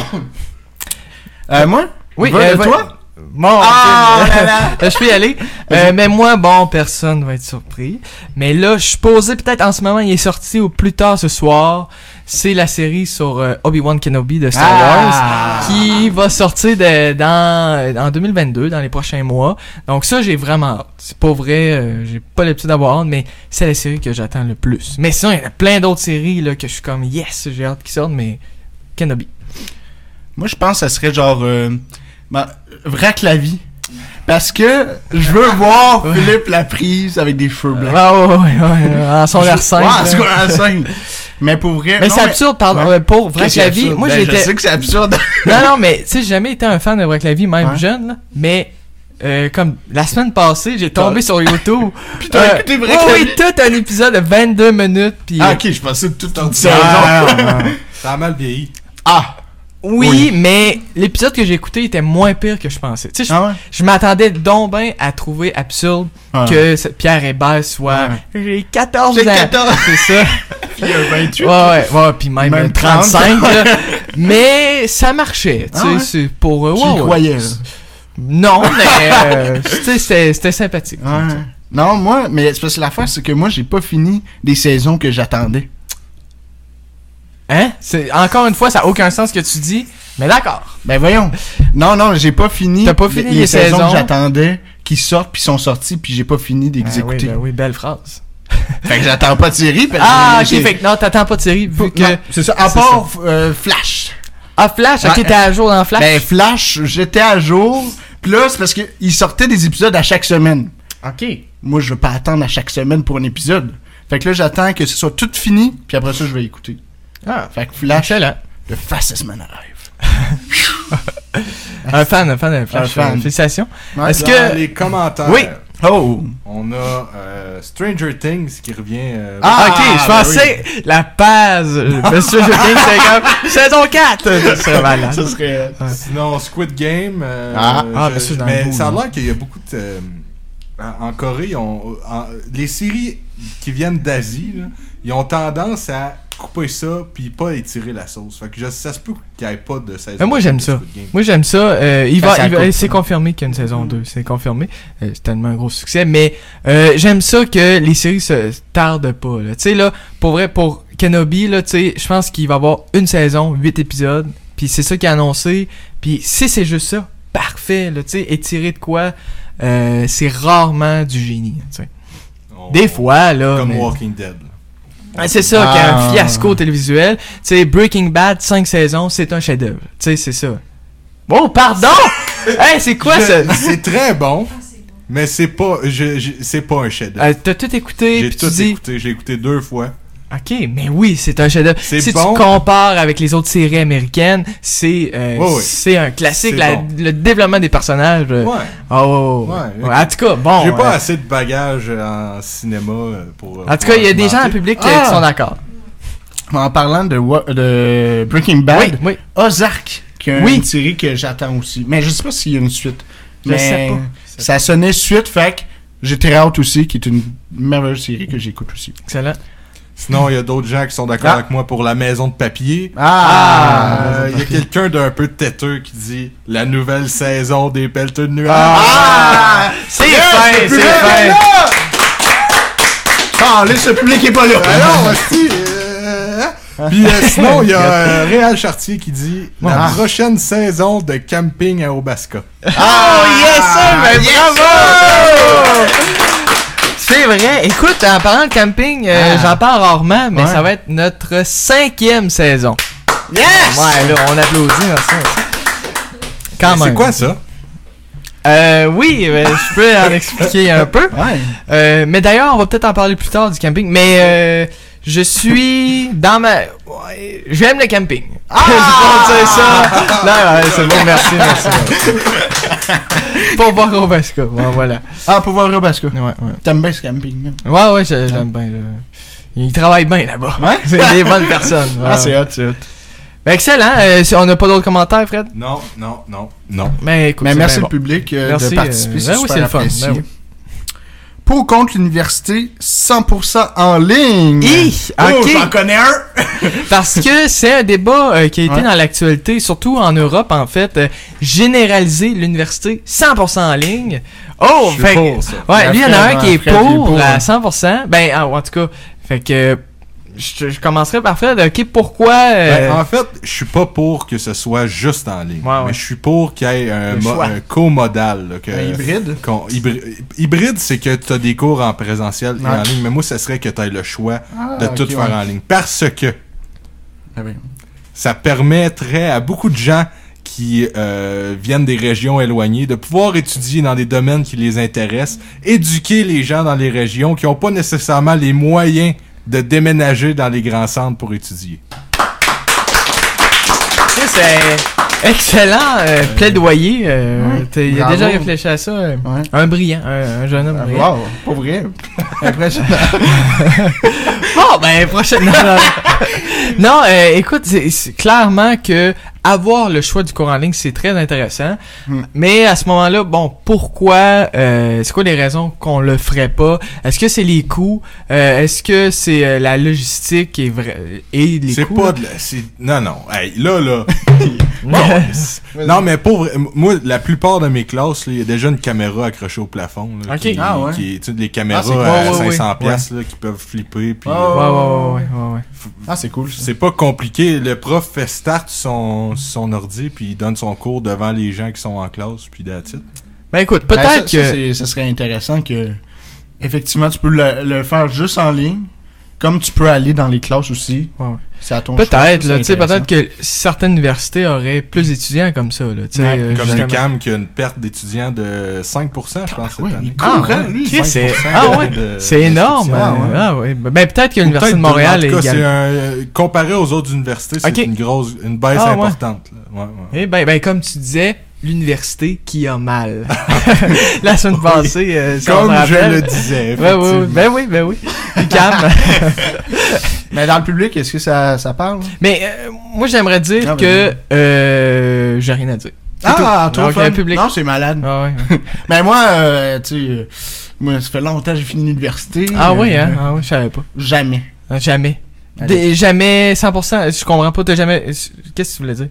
Speaker 1: Moi?
Speaker 2: Oui,
Speaker 1: toi?
Speaker 2: Bon,
Speaker 1: là.
Speaker 2: je peux y aller. Mais moi, personne va être surpris. Mais là, je suis posé, peut-être en ce moment, il est sorti au plus tard ce soir. C'est la série sur Obi-Wan Kenobi de Star Wars qui va sortir en 2022, dans les prochains mois. Donc ça, j'ai vraiment hâte. C'est pas vrai, j'ai pas l'habitude d'avoir hâte, mais c'est la série que j'attends le plus. Mais sinon, il y a plein d'autres séries là que je suis comme yes, j'ai hâte qu'ils sortent, mais Kenobi.
Speaker 1: Moi, je pense que ça serait genre Vrac la vie. Parce que je veux voir Philippe Laprise avec des cheveux blancs.
Speaker 2: Ouais, en son r 5.
Speaker 1: Ouais, en secondaire 5. Mais pour vrai.
Speaker 2: Mais c'est absurde, pour Vrac la vie. Moi,
Speaker 1: je sais que c'est absurde.
Speaker 2: Non, mais tu sais, j'ai jamais été un fan de Vrac la vie, même jeune, là. Mais. Comme la semaine passée, j'ai tombé sur YouTube.
Speaker 1: Puis t'as écouté Vrac la vie?
Speaker 2: Oui, tout un épisode de 22 minutes. Puis,
Speaker 1: ok, je pensais toute une
Speaker 3: saison.
Speaker 1: saison.
Speaker 3: Ça a mal vieilli.
Speaker 2: Oui, mais l'épisode que j'ai écouté était moins pire que je pensais. Tu sais, je m'attendais donc bien à trouver absurde que Pierre Hébert soit j'ai 14 ans. C'est ça.
Speaker 1: Puis 28.
Speaker 2: Ouais, puis même 35. Là. Mais ça marchait. Tu sais, c'est pour.
Speaker 1: Tu y croyais.
Speaker 2: Non, mais tu sais, c'était sympathique.
Speaker 1: Ouais. Non, moi, mais c'est parce que l'affaire, c'est que moi, j'ai pas fini des saisons que j'attendais.
Speaker 2: Hein? Encore une fois, ça n'a aucun sens ce que tu dis, mais d'accord.
Speaker 1: Ben voyons. Non, j'ai pas fini.
Speaker 2: T'as pas fini
Speaker 1: les saisons que j'attendais qui sortent puis sont sorties puis j'ai pas fini d'exécuter.
Speaker 2: Oui, belle phrase.
Speaker 1: Fait que j'attends pas de série.
Speaker 2: Ok, fait que non, t'attends pas de série vu que...
Speaker 1: Non, c'est ça, à part Flash.
Speaker 2: Ah, Flash? Ok, t'es à jour dans Flash?
Speaker 1: Ben Flash, j'étais à jour. Puis là, c'est parce qu'il sortait des épisodes à chaque semaine.
Speaker 2: Ok.
Speaker 1: Moi, je veux pas attendre à chaque semaine pour un épisode. Fait que là, j'attends que ce soit tout fini puis après ça, je vais écouter. Fait que Flash, le fastest man alive.
Speaker 2: un fan de Flash. Félicitations.
Speaker 3: Ouais, est-ce que les commentaires?
Speaker 2: Oui.
Speaker 3: On a Stranger Things qui revient.
Speaker 2: Ok, je pensais la page. Stranger Things, c'est comme saison 4. Ça serait malade.
Speaker 1: Ça serait.
Speaker 3: Sinon, Squid Game. Mais ça a l'air qu'il y a beaucoup de. En Corée, les séries qui viennent d'Asie, là, ils ont tendance à couper ça puis pas étirer la sauce. Fait que ça se peut qu'il n'y ait pas de saison.
Speaker 2: Moi j'aime ça. C'est confirmé qu'il y a une saison 2. C'est confirmé. C'est tellement un gros succès. Mais j'aime ça que les séries se tardent pas. Tu sais là, pour vrai, pour Kenobi, là, tu sais, je pense qu'il va y avoir une saison, 8 épisodes. Puis c'est ça qui est annoncé. Puis si c'est juste ça, parfait. Tu sais, étirer de quoi, c'est rarement du génie. Tu sais. Des fois là.
Speaker 3: Comme Walking Dead.
Speaker 2: C'est ça, qui est un fiasco télévisuel. Tu sais, Breaking Bad, 5 saisons, c'est un chef-d'œuvre. Tu sais, c'est ça. Oh, pardon! Hey, c'est quoi ça?
Speaker 3: C'est très bon, mais c'est pas un chef-d'œuvre.
Speaker 2: T'as tout écouté,
Speaker 3: j'ai
Speaker 2: puis
Speaker 3: tout
Speaker 2: tu dis...
Speaker 3: écouté, j'ai écouté 2 fois.
Speaker 2: Ok, mais oui, c'est un chef-d'œuvre. Si
Speaker 3: bon.
Speaker 2: Tu compares avec les autres séries américaines, c'est un classique. Le développement des personnages.
Speaker 3: Ouais.
Speaker 2: En tout cas, bon.
Speaker 3: J'ai pas assez de bagages en cinéma pour.
Speaker 2: En tout cas, il y a des gens dans le public qui sont d'accord.
Speaker 1: En parlant de Breaking Bad,
Speaker 2: oui.
Speaker 1: Ozark, qui est une série que j'attends aussi. Mais je sais pas s'il y a une suite.
Speaker 2: Je sais pas.
Speaker 1: Ça sonnait suite, fait que j'ai très hâte aussi, qui est une merveilleuse série que j'écoute aussi.
Speaker 2: Excellent.
Speaker 3: Sinon, il y a d'autres gens qui sont d'accord avec moi pour La Maison de Papier. Il y a quelqu'un d'un peu têteux qui dit la nouvelle saison des Pelleteux de Nuages.
Speaker 2: C'est fin.
Speaker 1: Là, ce public est pas là.
Speaker 3: Puis sinon, il y a Réal Chartier qui dit la prochaine saison de Camping à Obaska.
Speaker 2: Yes, bravo! C'est vrai. Écoute, en parlant de camping, j'en parle rarement, mais ça va être notre 5e saison.
Speaker 1: Yes!
Speaker 2: Ouais, là, on applaudit. Merci. Quand même.
Speaker 3: C'est quoi ça?
Speaker 2: Oui, je peux en expliquer un peu.
Speaker 1: Ouais.
Speaker 2: Mais d'ailleurs, on va peut-être en parler plus tard du camping. Mais je suis dans ma... J'aime le camping. Je peux dire ça. Non, c'est bon, merci. Pour voir Robasca. Voilà.
Speaker 1: Pour voir Robasca.
Speaker 2: Ouais.
Speaker 1: T'aimes bien ce camping?
Speaker 2: Ouais, j'aime bien. Ils travaillent bien là-bas.
Speaker 1: Ouais?
Speaker 2: C'est des bonnes personnes.
Speaker 1: C'est hot.
Speaker 2: Ben excellent. On n'a pas d'autres commentaires, Fred?
Speaker 3: Non.
Speaker 2: Mais écoute,
Speaker 1: merci le public de participer. C'est super
Speaker 2: le fun.
Speaker 1: apprécié. Ben oui. Pour ou contre l'université 100% en ligne?
Speaker 2: OK.
Speaker 1: J'en connais un!
Speaker 2: Parce que c'est un débat qui a été dans l'actualité, surtout en Europe, en fait. Généraliser l'université 100% en ligne. Fait pour ça. Ouais, lui, il y en a un qui est pour à 100%. Ben, en tout cas, fait que... Je commencerai par Fred. OK, pourquoi...
Speaker 3: en fait, je suis pas pour que ce soit juste en ligne.
Speaker 2: Ouais.
Speaker 3: Mais je suis pour qu'il y ait un co-modal. Là,
Speaker 1: un hybride?
Speaker 3: Hybride, c'est que tu as des cours en présentiel et en ligne. Mais moi, ça serait que tu aies le choix de tout faire en ligne. Parce que ça permettrait à beaucoup de gens qui viennent des régions éloignées de pouvoir étudier dans des domaines qui les intéressent, éduquer les gens dans les régions qui n'ont pas nécessairement les moyens de déménager dans les grands centres pour étudier.
Speaker 2: C'est excellent plaidoyer. Il a déjà réfléchi à ça. Un brillant, un jeune homme brillant.
Speaker 1: Wow, pas vrai. Impressionnant.
Speaker 2: Bon, ben, prochaine. Non, écoute, c'est clairement que avoir le choix du cours en ligne, c'est très intéressant. Mais à ce moment-là, bon, pourquoi, c'est quoi les raisons qu'on le ferait pas? Est-ce que c'est les coûts? Est-ce que c'est la logistique et les
Speaker 3: c'est
Speaker 2: coûts?
Speaker 3: Pas non. Hey, là. Non, mais pour moi, la plupart de mes classes, il y a déjà une caméra accrochée au plafond. Là,
Speaker 2: OK.
Speaker 3: Les caméras à 500 pièces qui peuvent flipper. Puis,
Speaker 2: ouais.
Speaker 1: C'est cool.
Speaker 3: C'est pas compliqué. Le prof fait start son ordi, puis il donne son cours devant les gens qui sont en classe, puis that's it.
Speaker 2: Ben écoute, peut-être que...
Speaker 1: Ça serait intéressant que, effectivement, tu peux le faire juste en ligne, comme tu peux aller dans les classes aussi.
Speaker 2: Ouais.
Speaker 1: C'est à ton
Speaker 2: peut-être, là, tu sais, peut-être que certaines universités auraient plus d'étudiants comme ça, là, tu sais.
Speaker 3: Comme l'UQAM qui a une perte d'étudiants de 5%, je pense, cette année.
Speaker 1: Lui,
Speaker 2: c'est énorme. Ben peut-être que l'Université de Montréal
Speaker 3: est comparé aux autres universités, c'est une baisse importante.
Speaker 2: Eh ben, comme tu disais, l'université qui a mal. La semaine passée,
Speaker 3: comme je le disais.
Speaker 2: Ben oui. Calme.
Speaker 1: Mais dans le public, est-ce que ça parle?
Speaker 2: Mais moi, j'aimerais dire que j'ai rien à dire.
Speaker 1: Trop fun. Public. Non, c'est malade. Mais moi, tu sais, moi, ça fait longtemps que j'ai fini l'université.
Speaker 2: Je savais pas.
Speaker 1: Jamais.
Speaker 2: Jamais. Jamais 100%. Je comprends pas. T'as jamais... Qu'est-ce que tu voulais dire?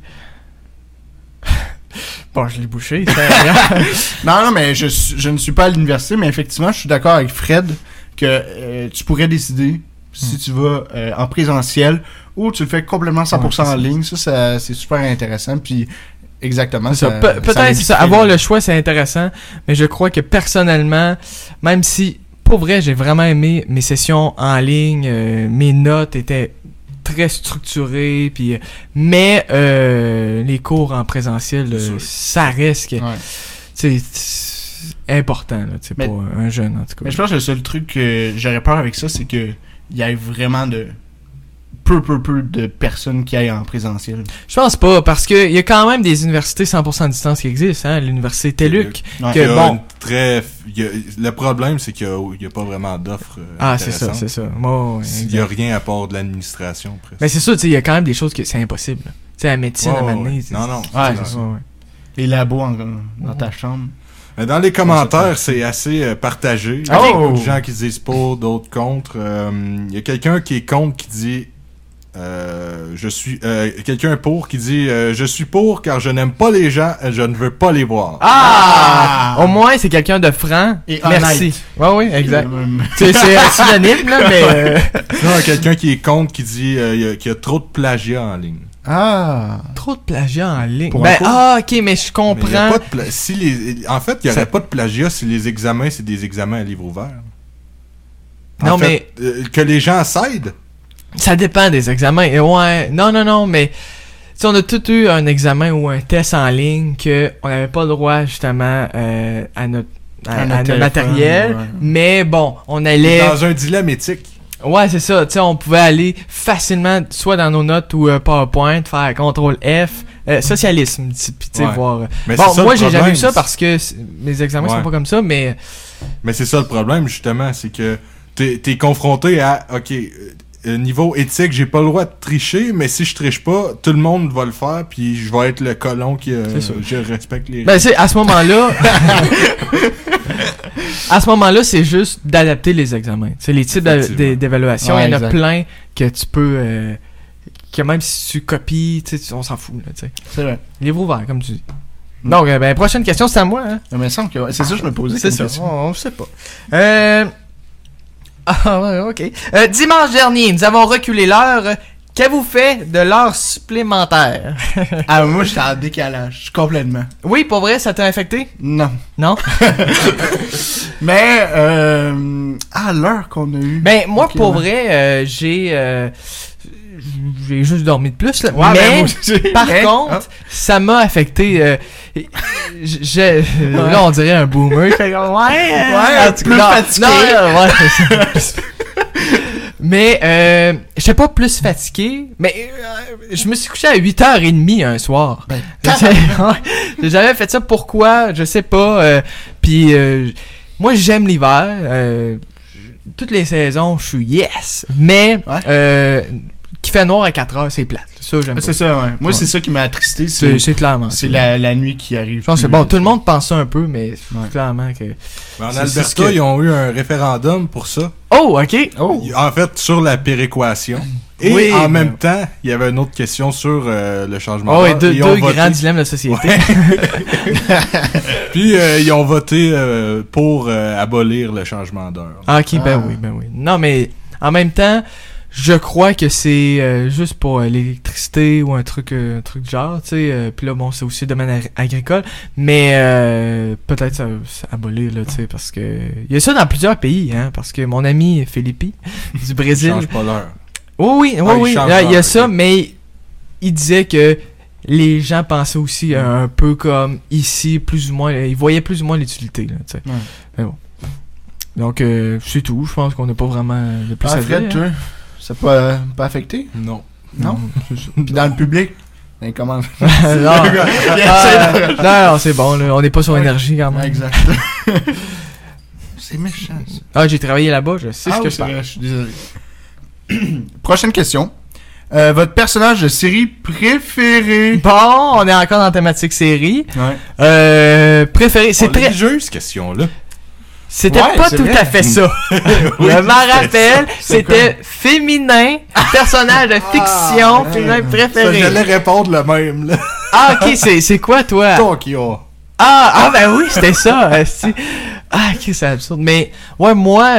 Speaker 2: Bon, je l'ai bouché.
Speaker 1: Non, mais je ne suis pas à l'université, mais effectivement, je suis d'accord avec Fred que tu pourrais décider si tu vas en présentiel ou tu le fais complètement 100% en ligne. Ça, c'est super intéressant. Puis, exactement.
Speaker 2: Peut-être ça. Avoir le choix, c'est intéressant, mais je crois que personnellement, même si, pour vrai, j'ai vraiment aimé mes sessions en ligne, mes notes étaient très structuré, puis mais les cours en présentiel, ça reste que c'est important là, pour un jeune en tout cas.
Speaker 1: Mais je pense que le seul truc que j'aurais peur avec ça, c'est que il y ait vraiment de peu de personnes qui aillent en présentiel.
Speaker 2: Je pense pas, parce que il y a quand même des universités 100% à distance qui existent, hein, l'université TELUC.
Speaker 3: Le problème, c'est qu'il y a pas vraiment d'offres.
Speaker 2: C'est ça.
Speaker 3: Il y a rien à part de l'administration. Presque.
Speaker 2: Mais c'est ça, tu sais, il y a quand même des choses que c'est impossible. Tu sais, la médecine à m'amener.
Speaker 3: Non.
Speaker 1: C'est ça. Les labos dans ta chambre.
Speaker 3: Mais dans les commentaires, c'est assez partagé. Il y a beaucoup de gens qui disent pour, d'autres contre. Il y a quelqu'un qui est contre qui dit quelqu'un pour qui dit je suis pour car je n'aime pas les gens, je ne veux pas les voir.
Speaker 2: Au moins c'est quelqu'un de franc et merci. Oui, exact. C'est synonyme là, mais
Speaker 3: non, quelqu'un qui est contre qui dit qu'il y a trop de plagiat en ligne.
Speaker 2: Trop de plagiat en ligne. Ok, mais je comprends.
Speaker 3: En fait, il n'y aurait pas de plagiat si les examens c'est des examens à livre ouvert. Que les gens s'aident.
Speaker 2: Ça dépend des examens. Non, mais si on a tout eu un examen ou un test en ligne que on n'avait pas le droit justement à notre matériel, mais bon, on allait
Speaker 3: dans un dilemme éthique.
Speaker 2: Ouais, c'est ça. Tu sais, on pouvait aller facilement soit dans nos notes ou PowerPoint, faire CTRL F, socialisme, puis tu sais voir. Mais bon, moi j'ai jamais eu ça parce que mes examens sont pas comme ça, mais
Speaker 3: c'est ça le problème justement, c'est que t'es confronté à niveau éthique, j'ai pas le droit de tricher, mais si je triche pas, tout le monde va le faire, puis je vais être le colon qui je respecte les...
Speaker 2: Ben, c'est à ce moment-là... à ce moment-là, c'est juste d'adapter les examens. C'est les types d'évaluation. Il y en a plein que tu peux... que même si tu copies, on s'en fout. Là,
Speaker 1: c'est vrai.
Speaker 2: Livre ouvert, comme tu dis. Donc, prochaine question, c'est à moi. Hein?
Speaker 1: Mais il me semble que c'est ça que je me posais.
Speaker 2: C'est ça. On sait pas. Ah, ouais, ok. Dimanche dernier, nous avons reculé l'heure. Qu'avez-vous fait de l'heure supplémentaire?
Speaker 1: Moi, j'étais en décalage, complètement.
Speaker 2: Oui, pour vrai, ça t'a affecté?
Speaker 1: Non.
Speaker 2: Non?
Speaker 1: Mais, l'heure qu'on a eue.
Speaker 2: Ben, moi, pour vrai, j'ai juste dormi de plus, là.
Speaker 1: Ouais,
Speaker 2: mais, par contre, ça m'a affecté. Là, on dirait un boomer.
Speaker 1: Plus fatigué.
Speaker 2: Mais, j'étais pas plus fatigué, mais je me suis couché à 8h30 un soir.
Speaker 1: Ben,
Speaker 2: j'ai jamais fait ça. Pourquoi? Je sais pas. Puis, moi, j'aime l'hiver. Toutes les saisons, je suis yes. Mais, qui fait noir à 4h, c'est plate. Ça, j'aime pas.
Speaker 1: C'est ça, ouais. Moi, c'est ça qui m'a attristé.
Speaker 2: C'est clairement.
Speaker 1: C'est la nuit qui arrive.
Speaker 2: Je pense que bon, tout le monde pense ça un peu, mais clairement que...
Speaker 3: En Alberta, ils ont eu un référendum pour ça.
Speaker 2: Oh, ok.
Speaker 3: En fait, sur la péréquation. Et en même temps, il y avait une autre question sur le changement d'heure.
Speaker 2: Deux grands dilemmes de la société.
Speaker 3: Ouais. Puis, ils ont voté pour abolir le changement d'heure.
Speaker 2: Ok, ben oui. Non, mais en même temps... Je crois que c'est juste pour l'électricité ou un truc du genre, tu sais. Puis là, bon, c'est aussi le domaine agricole, mais peut-être ça abolir, là, tu sais, parce que il y a ça dans plusieurs pays, hein, parce que mon ami Philippe du Brésil...
Speaker 3: Il change pas l'heure.
Speaker 2: Oui, il y a ça, mais il disait que les gens pensaient aussi un peu comme ici, plus ou moins, ils voyaient plus ou moins l'utilité, là, tu sais. Ouais. Mais bon. Donc, c'est tout, je pense qu'on n'a pas vraiment de plus à dire.
Speaker 1: Toi? Ça pas affecté?
Speaker 3: Non.
Speaker 1: Puis dans le public? Comment?
Speaker 2: Non, c'est bon, là. On n'est pas sur énergie quand même.
Speaker 1: Exact. C'est méchant, ça.
Speaker 2: J'ai travaillé là-bas, je sais ce que je fais.
Speaker 1: Je suis désolé. Prochaine question. Votre personnage de série préféré?
Speaker 2: Bon, on est encore dans la thématique série.
Speaker 1: Ouais.
Speaker 2: Préféré, c'est très...
Speaker 3: jeu, cette question-là.
Speaker 2: C'était pas tout à fait ça. Je m'en rappelle, c'était féminin, personnage de fiction, féminin préféré.
Speaker 3: J'allais répondre le même, là.
Speaker 2: Ok, c'est quoi, toi?
Speaker 3: Tokyo.
Speaker 2: Ben oui, c'était ça. Ok, c'est absurde. Mais, ouais, moi,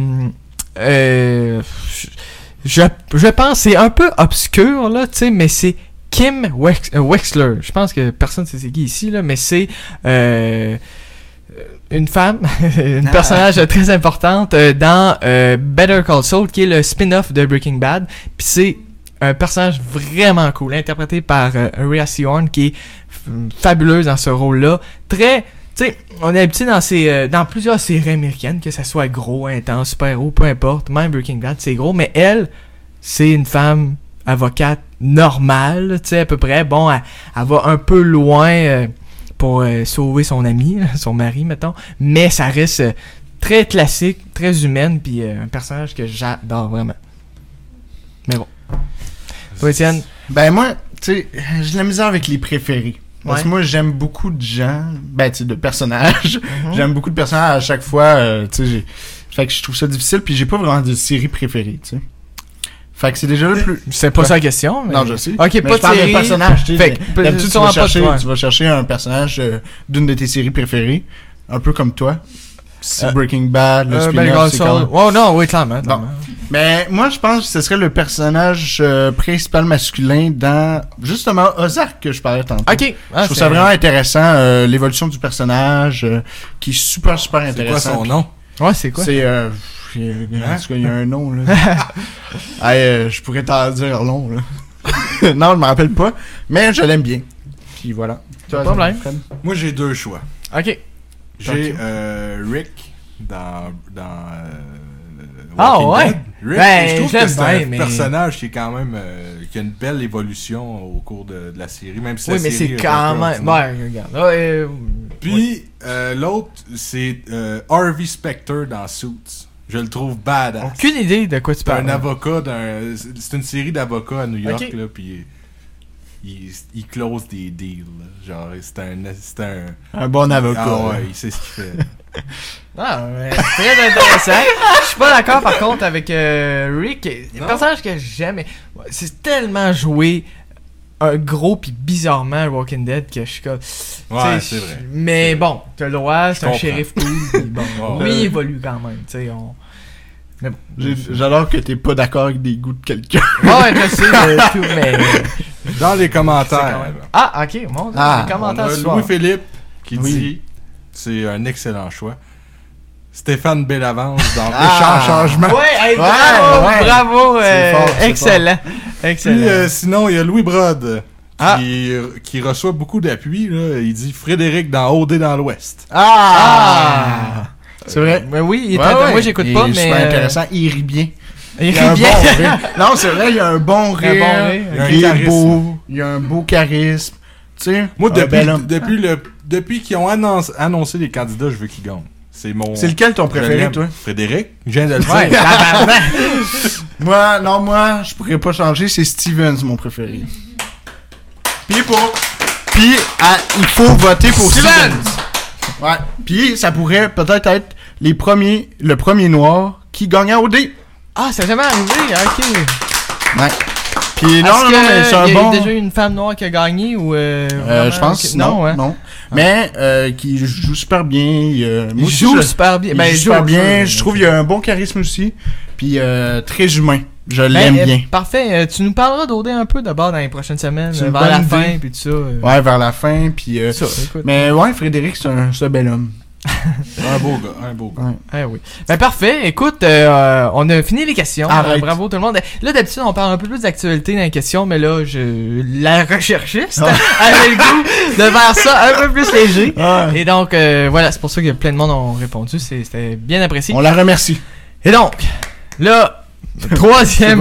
Speaker 2: je pense, c'est un peu obscur, là, tu sais, mais c'est Kim Wexler. Je pense que personne ne sait c'est qui ici, là, mais c'est... une femme, une personnage très importante dans Better Call Saul, qui est le spin-off de Breaking Bad. Puis c'est un personnage vraiment cool, interprété par Rhea Seehorn, qui est fabuleuse dans ce rôle-là. Très, tu sais, on est habitué dans plusieurs séries américaines, que ça soit gros, intense, super-héros, peu importe. Même Breaking Bad, c'est gros, mais elle, c'est une femme avocate normale, tu sais, à peu près. Bon, elle va un peu loin... pour sauver son ami, son mari, mettons. Mais ça reste très classique, très humaine, puis un personnage que j'adore vraiment. Mais bon. Toi, Étienne?
Speaker 1: Ben moi, tu sais, j'ai de la misère avec les préférés. Parce que moi, j'aime beaucoup de gens, tu sais, de personnages. J'aime beaucoup de personnages à chaque fois, tu sais, fait que je trouve ça difficile, puis j'ai pas vraiment de série préférée, tu sais. Fait que c'est déjà le plus...
Speaker 2: C'est pas ça la question, mais...
Speaker 1: Non, je sais.
Speaker 2: Ok,
Speaker 1: mais
Speaker 2: pas
Speaker 1: je parle de personnage, tu sais. D'habitude, tu
Speaker 2: vas
Speaker 1: chercher un personnage d'une de tes séries préférées, un peu comme toi. C'est Breaking Bad, le spin-off, c'est quand même...
Speaker 2: Oh non, oui, clairement.
Speaker 1: Mais moi, je pense que ce serait le personnage principal masculin dans, justement, Ozark, que je parlais tantôt.
Speaker 2: Ok.
Speaker 1: Je trouve ça vraiment intéressant, l'évolution du personnage, qui est super, super intéressant.
Speaker 3: C'est quoi son nom?
Speaker 2: Ouais, c'est quoi?
Speaker 1: C'est... il y a un nom, là. Je pourrais t'en dire long, là. Non, je me rappelle pas. Mais je l'aime bien. Puis voilà.
Speaker 2: Pas de problème.
Speaker 3: Moi, j'ai deux choix.
Speaker 2: Ok.
Speaker 3: J'ai Rick dans
Speaker 2: Walking
Speaker 3: ouais?
Speaker 2: Dead.
Speaker 3: Rick, je trouve que c'est un personnage qui est quand même qui a une belle évolution au cours de la série, même si
Speaker 2: oui, mais c'est quand même... Ouais, regarde.
Speaker 3: Puis, l'autre, c'est Harvey Specter dans Suits. Je le trouve badass.
Speaker 2: Aucune idée de quoi tu parles.
Speaker 3: C'est un avocat c'est une série d'avocats à New York, là, puis il close des deals. Là. Genre, c'est
Speaker 1: un bon avocat.
Speaker 3: Ah ouais, il sait ce qu'il fait.
Speaker 2: Ah, ouais, c'est très intéressant. Je suis pas d'accord par contre avec Rick. Un personnage que j'aime, c'est tellement joué un gros pis bizarrement Walking Dead que je suis comme.
Speaker 3: Ouais, c'est vrai.
Speaker 2: Mais bon, t'as le droit, c'est un shérif cool. Pis bon, oui, il évolue quand même. Tu sais, Mais bon.
Speaker 1: J'adore que t'es pas d'accord avec des goûts de quelqu'un.
Speaker 2: Ouais, je sais, tout, mais.
Speaker 3: Dans les commentaires.
Speaker 2: Ah, ok, mon Dieu, les commentaires ce soir.
Speaker 3: Louis-Philippe qui dit c'est un excellent choix. Stéphane Bellavance dans Changement.
Speaker 2: Ouais, bravo, excellent. Excellent.
Speaker 3: Puis sinon, il y a Louis Brode qui reçoit beaucoup d'appui. Là. Il dit Frédéric dans OD dans l'Ouest.
Speaker 1: C'est vrai.
Speaker 2: Mais oui, il est moi j'écoute pas, mais.
Speaker 1: C'est super intéressant, il rit bien.
Speaker 2: Il rit bien.
Speaker 1: Non, c'est vrai, il y a un bon rire. Il est beau. Il y a un beau charisme. Tu sais,
Speaker 3: moi, depuis qu'ils ont annoncé les candidats, je veux qu'ils gagnent. C'est
Speaker 1: lequel ton préféré, toi?
Speaker 3: Frédéric, je viens de le dire.
Speaker 1: Moi, je pourrais pas changer, c'est Stevens, mon préféré. Puis il faut voter pour Stevens. Ouais. Puis ça pourrait peut-être être le premier noir qui gagne à OD.
Speaker 2: Ah, ça n'a jamais arrivé, ok.
Speaker 1: Ouais. Puis non, mais c'est un bon.
Speaker 2: Il y a déjà eu une femme noire qui a gagné ou
Speaker 1: je pense non. Mais qui joue super bien.
Speaker 2: Il joue super bien.
Speaker 1: Il joue super bien. Je trouve qu'il y a un bon charisme aussi. Puis très humain. Je l'aime bien.
Speaker 2: Parfait. Tu nous parleras d'OD un peu d'abord dans les prochaines semaines, vers la fin puis tout ça.
Speaker 1: Ouais, vers la fin puis. Mais ouais, Frédéric, c'est un bel homme.
Speaker 3: Un beau gars.
Speaker 2: Ouais. Oui. Ben parfait. Écoute, on a fini les questions. Bravo tout le monde. Là, d'habitude, on parle un peu plus d'actualité dans les questions, mais là, la recherchiste avait le goût de faire ça un peu plus léger. Ouais. Et donc, voilà, c'est pour ça que plein de monde ont répondu. C'était bien apprécié.
Speaker 1: On la remercie.
Speaker 2: Et donc, là, troisième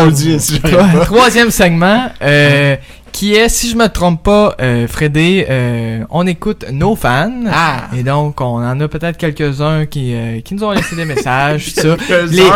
Speaker 2: segment, qui est, si je me trompe pas, Frédé, on écoute nos fans. Et donc, on en a peut-être quelques-uns qui nous ont laissé des messages, tout ça.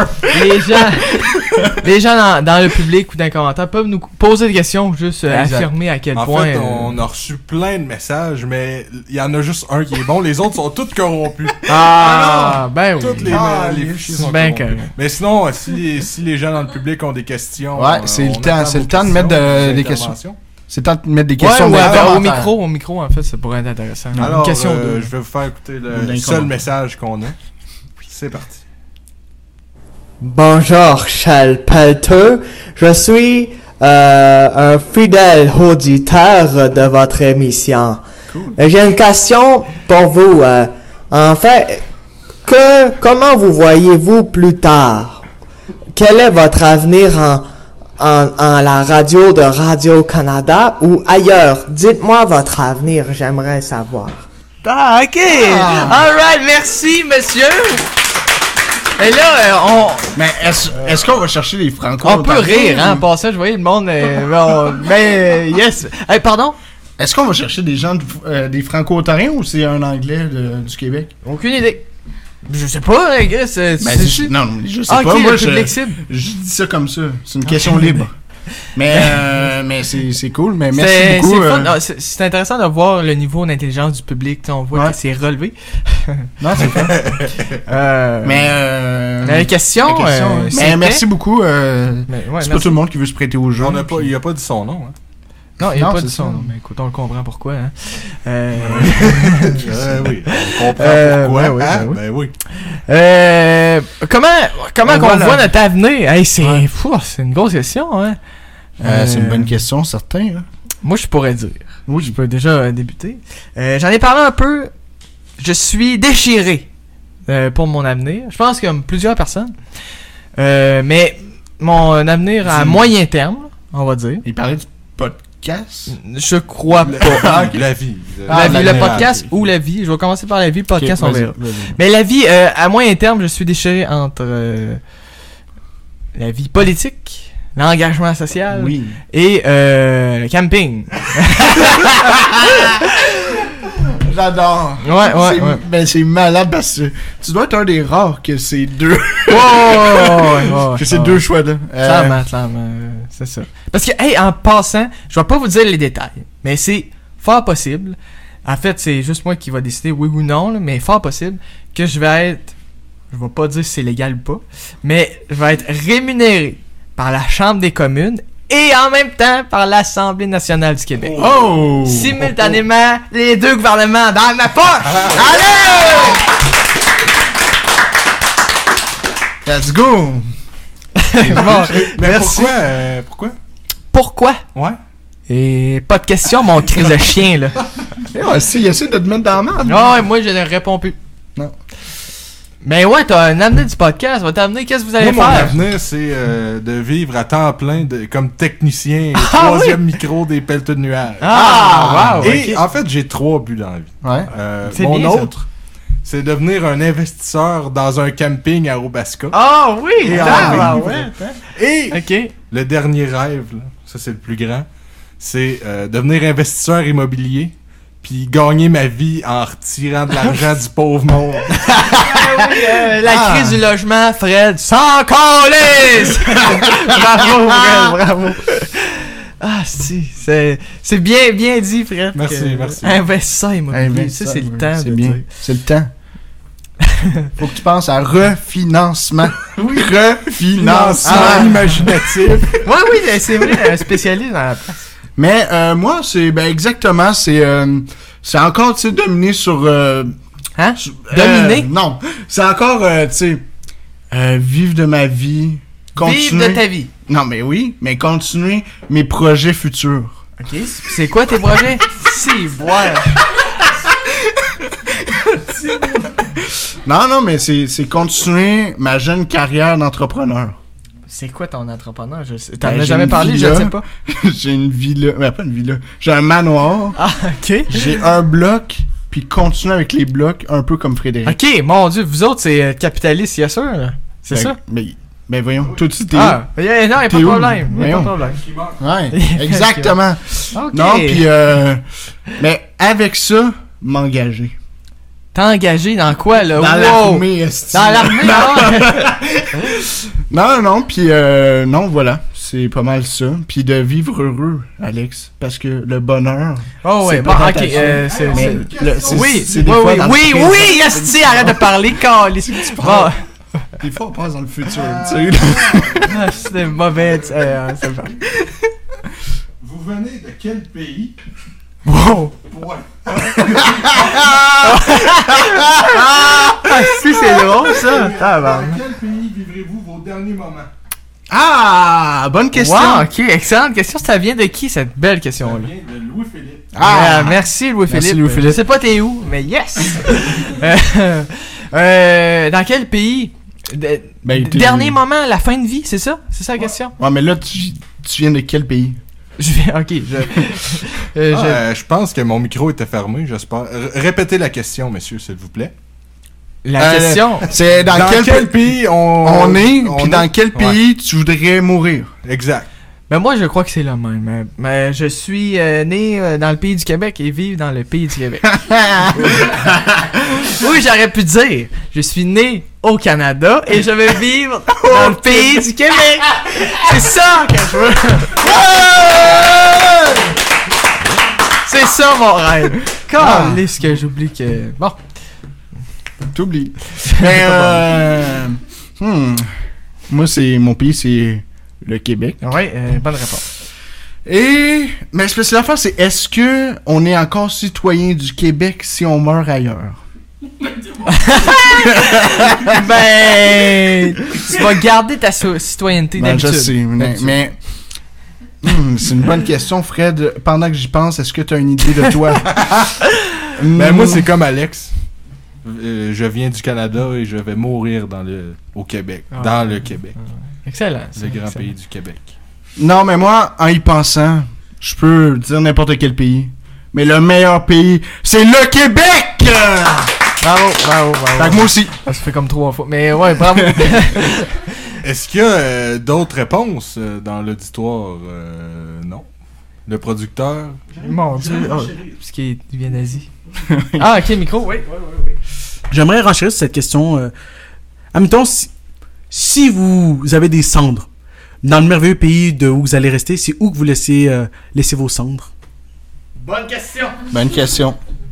Speaker 2: Les gens dans le public ou dans les commentaires peuvent nous poser des questions, juste affirmer à quel point.
Speaker 3: En fait, on a reçu plein de messages, mais il y en a juste un qui est bon. Les autres sont tous corrompus.
Speaker 2: Ben oui.
Speaker 3: Toutes les fichiers sont corrompus. Mais sinon, si les gens dans le public ont des questions,
Speaker 1: c'est le temps de mettre des questions. C'est temps de mettre des questions
Speaker 2: au micro, en fait, ça pourrait être intéressant.
Speaker 3: Alors, je vais vous faire écouter le seul message qu'on a. C'est parti.
Speaker 5: Bonjour, Charles Pelteux. Je suis un fidèle auditeur de votre émission. Cool. J'ai une question pour vous. En fait, comment vous voyez-vous plus tard? Quel est votre avenir en la radio de Radio-Canada ou ailleurs? Dites-moi votre avenir, j'aimerais savoir.
Speaker 2: Ok! Alright, merci, monsieur! Et là,
Speaker 1: Mais est-ce qu'on va chercher les franco?
Speaker 2: On peut rire, hein, en passant, je voyais le monde... mais, yes! Hey, pardon?
Speaker 1: Est-ce qu'on va chercher des gens, des franco-ontariens ou c'est un anglais du Québec?
Speaker 2: Aucune idée. Je sais pas, les gars,
Speaker 1: non, je sais pas. Moi, je dis ça comme ça. C'est une question libre. Mais c'est cool. Mais merci beaucoup.
Speaker 2: C'est intéressant de voir le niveau d'intelligence du public. On voit que c'est relevé.
Speaker 1: Non, c'est fun. Mais
Speaker 2: la question.
Speaker 1: Mais merci beaucoup. C'est pas tout le monde qui veut se prêter au jeu.
Speaker 3: Il n'y a pas dit son nom. Hein.
Speaker 2: Non, il n'y a pas de son nom, mais écoute, on comprend pourquoi. Hein.
Speaker 3: Oui, on comprend pourquoi. Ben oui.
Speaker 2: Comment qu'on voit notre avenir? Hey, c'est une grosse question. Hein.
Speaker 1: C'est une bonne question, certain. Hein.
Speaker 2: Moi, je pourrais dire. Oui, je peux déjà débuter. J'en ai parlé un peu. Je suis déchiré pour mon avenir. Je pense qu'il y a plusieurs personnes. Mais mon avenir à moyen terme, on va dire.
Speaker 1: Il parlait du podcast.
Speaker 2: Je crois pas.
Speaker 3: La vie.
Speaker 2: Le podcast ou la vie. Je vais commencer par la vie, le podcast, on verra. Mais la vie, à moyen terme, je suis déchiré entre la vie politique, l'engagement social et le camping.
Speaker 1: J'adore.
Speaker 2: Ouais.
Speaker 1: Ben, c'est malade parce que tu dois être un des rares que c'est deux. Que c'est deux choix-là.
Speaker 2: Clairement. C'est ça. Parce que, hey, en passant, je vais pas vous dire les détails, mais c'est fort possible. En fait, c'est juste moi qui va décider oui ou non, là, mais fort possible que je vais être. Je vais pas dire si c'est légal ou pas, mais je vais être rémunéré par la Chambre des communes et en même temps par l'Assemblée nationale du Québec.
Speaker 1: Oh!
Speaker 2: Simultanément, les deux gouvernements dans ma poche! Allez!
Speaker 1: Let's go!
Speaker 2: Bon,
Speaker 3: mais
Speaker 2: merci.
Speaker 3: Pourquoi?
Speaker 2: Ouais. Et pas de question, mon crise de chien, là.
Speaker 1: Il essaie de te mettre dans la merde.
Speaker 2: Ouais, moi, je ne réponds plus.
Speaker 1: Non.
Speaker 2: Mais ouais, t'as un avenir du podcast. Va t'amener, qu'est-ce que vous allez
Speaker 3: Moi,
Speaker 2: faire?
Speaker 3: mon avenir, c'est de vivre à temps plein comme technicien, troisième micro des pelleteux de nuages.
Speaker 2: Wow!
Speaker 3: Et
Speaker 2: Okay.
Speaker 3: en fait, j'ai 3 buts dans la vie.
Speaker 1: Ouais.
Speaker 2: C'est
Speaker 3: Mon
Speaker 2: bien,
Speaker 3: autre, c'est devenir un investisseur dans un camping à Robaska.
Speaker 2: Ah oui!
Speaker 3: Et Et
Speaker 2: Ok.
Speaker 3: le dernier rêve, là, ça c'est le plus grand, c'est devenir investisseur immobilier puis gagner ma vie en retirant de l'argent du pauvre monde.
Speaker 2: La crise du logement, Fred, sans calisse! Bravo, Fred, bravo. Ah, si, c'est bien dit, Fred.
Speaker 3: Merci.
Speaker 2: Investisseur immobilier, ça, c'est le temps.
Speaker 1: C'est bien. C'est le temps. Faut que tu penses à refinancement. Oui, refinancement
Speaker 3: imaginatif.
Speaker 2: Oui, c'est vrai, un spécialiste dans la place.
Speaker 1: Mais moi, c'est exactement, c'est encore, tu sais, dominer sur...
Speaker 2: Hein? Dominer?
Speaker 1: Non, c'est encore, tu sais, vivre de ma vie, continuer...
Speaker 2: Vivre de ta vie.
Speaker 1: Non, mais oui, mais continuer mes projets futurs.
Speaker 2: Ok, c'est quoi tes projets? Si, boire.
Speaker 1: Non, mais c'est continuer ma jeune carrière d'entrepreneur.
Speaker 2: C'est quoi ton entrepreneur? T'en as jamais parlé, je ne sais pas.
Speaker 1: J'ai une villa, mais pas une villa. J'ai un manoir.
Speaker 2: Ah, ok.
Speaker 1: J'ai un bloc, puis continuer avec les blocs, un peu comme Frédéric.
Speaker 2: Ok, mon Dieu, vous autres, c'est capitaliste, c'est sûr, là. C'est ça?
Speaker 1: Mais voyons, toi tu t'es...
Speaker 2: Ah, non, y'a pas de problème. Y'a pas de problème.
Speaker 1: Ouais, exactement.
Speaker 2: Ok.
Speaker 1: Non, puis mais avec ça, m'engager.
Speaker 2: T'es engagé dans quoi, là?
Speaker 1: Dans l'armée, esti.
Speaker 2: Dans l'armée,
Speaker 1: Non, puis non, voilà. C'est pas mal ça. Puis de vivre heureux, Alex. Parce que le bonheur...
Speaker 2: Oh, ouais, bon, ok, oui, esti, arrête de parler, câlisse. Bon.
Speaker 1: Des fois, on pense dans le futur, tu sais.
Speaker 2: C'est mauvais, c'est vrai.
Speaker 3: Vous venez de quel pays?
Speaker 1: Wow!
Speaker 2: Si, c'est drôle, ça.
Speaker 3: Dans quel pays vivrez-vous vos derniers moments?
Speaker 1: Ah! Bonne question!
Speaker 2: Wow, ok, excellente question. Ça vient de qui, cette belle question-là?
Speaker 3: Ça vient de Louis-Philippe.
Speaker 2: Merci, Louis-Philippe.
Speaker 1: Louis-Philippe.
Speaker 2: Je sais pas t'es où, mais yes! Dans quel pays? Dernier moment, la fin de vie, c'est ça? C'est ça la question?
Speaker 1: Ouais, mais là, tu viens de quel pays?
Speaker 3: Je pense que mon micro était fermé, j'espère. Répétez la question, messieurs, s'il vous plaît.
Speaker 2: La question?
Speaker 1: C'est dans quel pays on est, puis dans quel pays
Speaker 3: ouais.
Speaker 1: tu voudrais mourir?
Speaker 3: Exact.
Speaker 2: Ben moi, je crois que c'est le même. Mais je suis né dans le pays du Québec et vivre dans le pays du Québec. Oui, j'aurais pu dire, je suis né au Canada et je vais vivre dans le pays du Québec. C'est ça que je veux. C'est ça mon rêve. Calisse que j'oublie que... Bon.
Speaker 1: T'oublies. Mais moi, mon pays, c'est le Québec.
Speaker 2: Ouais, bonne réponse.
Speaker 1: Mais l'affaire, c'est est-ce que on est encore citoyen du Québec si on meurt ailleurs?
Speaker 2: Ben, tu vas garder ta citoyenneté d'habitude.
Speaker 1: Je sais, mais c'est une bonne question, Fred. Pendant que j'y pense, est-ce que tu as une idée de toi?
Speaker 3: Ben moi, c'est comme Alex. Je viens du Canada et je vais mourir au Québec. Dans le Québec.
Speaker 2: Excellent.
Speaker 3: Le grand pays du Québec.
Speaker 1: Non, mais moi, en y pensant, je peux dire n'importe quel pays. Mais le meilleur pays, c'est le Québec!
Speaker 2: Bravo.
Speaker 1: Fait que moi aussi.
Speaker 2: Ça se fait comme 3 fois. Mais ouais, bravo.
Speaker 3: Est-ce qu'il y a d'autres réponses dans l'auditoire? Non. Le producteur.
Speaker 2: Mon Dieu. Parce qu'il vient d'Asie. Ah, ok, micro, oui.
Speaker 4: J'aimerais renchérir sur cette question. Admettons, si vous avez des cendres dans le merveilleux pays de où vous allez rester, c'est où que vous laissez vos cendres?
Speaker 2: Bonne
Speaker 1: question.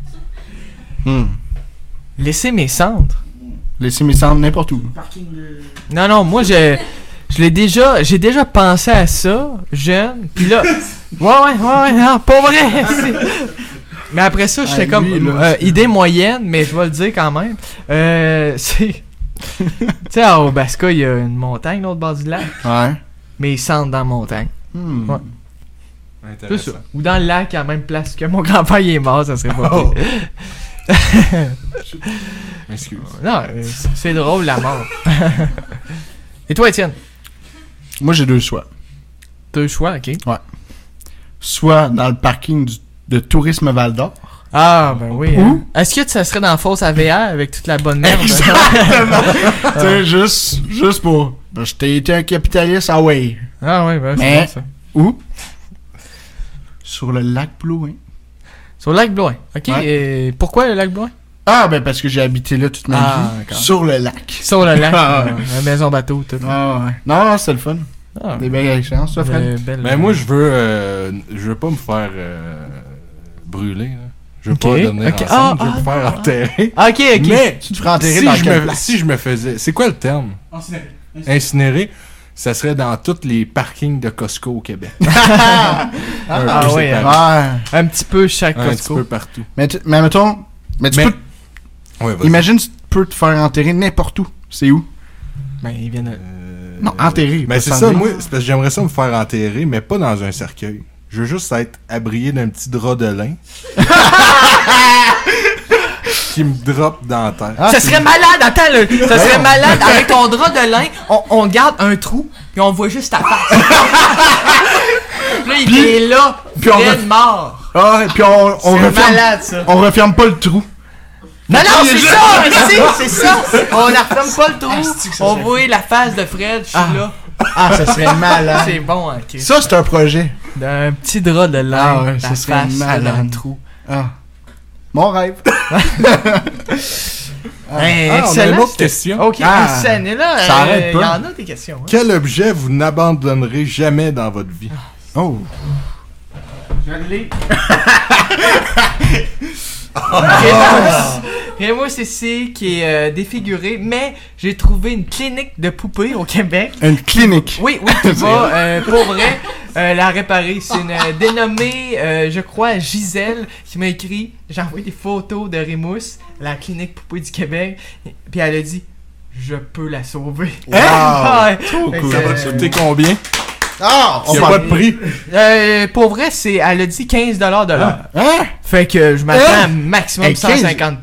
Speaker 2: Laisser mes cendres.
Speaker 1: Laisser mes cendres n'importe où.
Speaker 2: Non, moi, j'ai déjà pensé à ça, jeune, puis là... Ouais, non, pas vrai! Mais après ça, j'étais comme... idée moyenne, mais je vais le dire quand même. C'est... Tu sais, à Obasca, il y a une montagne, l'autre bord du lac.
Speaker 1: Ouais.
Speaker 2: Mais ils sentent dans la montagne. Ouais. C'est ça. Ou dans le lac, à la même place que mon grand-père il est mort, ça serait pas pire.
Speaker 3: Excuse.
Speaker 2: Non, c'est drôle, la mort. Et toi, Étienne?
Speaker 1: Moi, j'ai 2 choix.
Speaker 2: 2 choix, ok.
Speaker 1: Ouais. Soit dans le parking de Tourisme Val-d'Or.
Speaker 2: Ah, ben oui. Hein. Est-ce que ça serait dans la fosse à VR avec toute la bonne merde?
Speaker 1: Exactement! Tu sais, juste pour... Je t'ai été un capitaliste, ah ouais.
Speaker 2: Ah ouais, ben c'est bon, ça.
Speaker 1: Où? Sur le lac Blouin.
Speaker 2: Sur le lac Blouin. Ok,
Speaker 1: ouais.
Speaker 2: Et pourquoi le lac Blouin?
Speaker 1: Ah, ben parce que j'ai habité là toute ma vie.
Speaker 2: D'accord.
Speaker 1: Sur le lac.
Speaker 2: Sur le lac. La maison bateau, tout.
Speaker 1: Ah ouais. Non, c'était le fun. Des belles expériences, ça, Fred.
Speaker 3: Ben moi, je veux pas me faire brûler, là. Je veux pas donner ensemble, je veux me faire enterrer.
Speaker 2: Ok.
Speaker 3: Mais
Speaker 1: tu te ferais enterrer dans quelle place?
Speaker 3: Si je me faisais... C'est quoi le terme? Incinérer. Ça serait dans tous les parkings de Costco au Québec.
Speaker 2: Ouais. Un petit peu chaque Costco.
Speaker 3: Un petit peu partout.
Speaker 1: Mais mettons... Mais tu peux...
Speaker 3: Ouais,
Speaker 1: imagine, tu peux te faire enterrer n'importe où. C'est où?
Speaker 2: Ben, ils viennent...
Speaker 1: Non, enterrer.
Speaker 3: Mais c'est ça, moi, c'est parce que j'aimerais ça me faire enterrer, mais pas dans un cercueil. Je veux juste être abrié d'un petit drap de lin. Qui me drop dans la terre.
Speaker 2: Ça serait malade, attends, ça serait malade. Avec ton drap de lin, on garde un trou, puis on voit juste ta face. Là, il est là, puis on est mort.
Speaker 1: Ah, et puis on referme...
Speaker 2: malade, ça.
Speaker 1: On referme pas le trou.
Speaker 2: Non, c'est ça! On ne referme pas le trou. On voit la face de Fred, je suis là.
Speaker 1: Ah, ça serait malade.
Speaker 2: C'est bon, ok.
Speaker 1: Ça, c'est un projet.
Speaker 2: D'un petit drap de lin,
Speaker 1: ça serait malade.
Speaker 2: Dans le trou.
Speaker 1: Ah. Mon rêve.
Speaker 3: On a une autre question.
Speaker 2: Ok, là,
Speaker 1: ça arrête pas.
Speaker 2: Il y en a des questions. Hein.
Speaker 3: Quel objet vous n'abandonnerez jamais dans votre vie?
Speaker 1: Oh.
Speaker 2: Je l'ai. Rémus ici qui est défiguré, mais j'ai trouvé une clinique de poupées au Québec.
Speaker 1: Une clinique?
Speaker 2: Oui, qui va, pour vrai, la réparer. C'est une dénommée, je crois, Gisèle, qui m'a écrit. J'ai envoyé des photos de Rémus, la clinique poupée du Québec, puis elle a dit, je peux la sauver.
Speaker 1: Wow!
Speaker 3: Trop cool. Ça va te coûter combien?
Speaker 1: Ah!
Speaker 3: Il n'y a pas de prix.
Speaker 2: Pour vrai, elle a dit 15$ de l'heure.
Speaker 1: Hein?
Speaker 2: Fait que je m'attends à maximum 150$.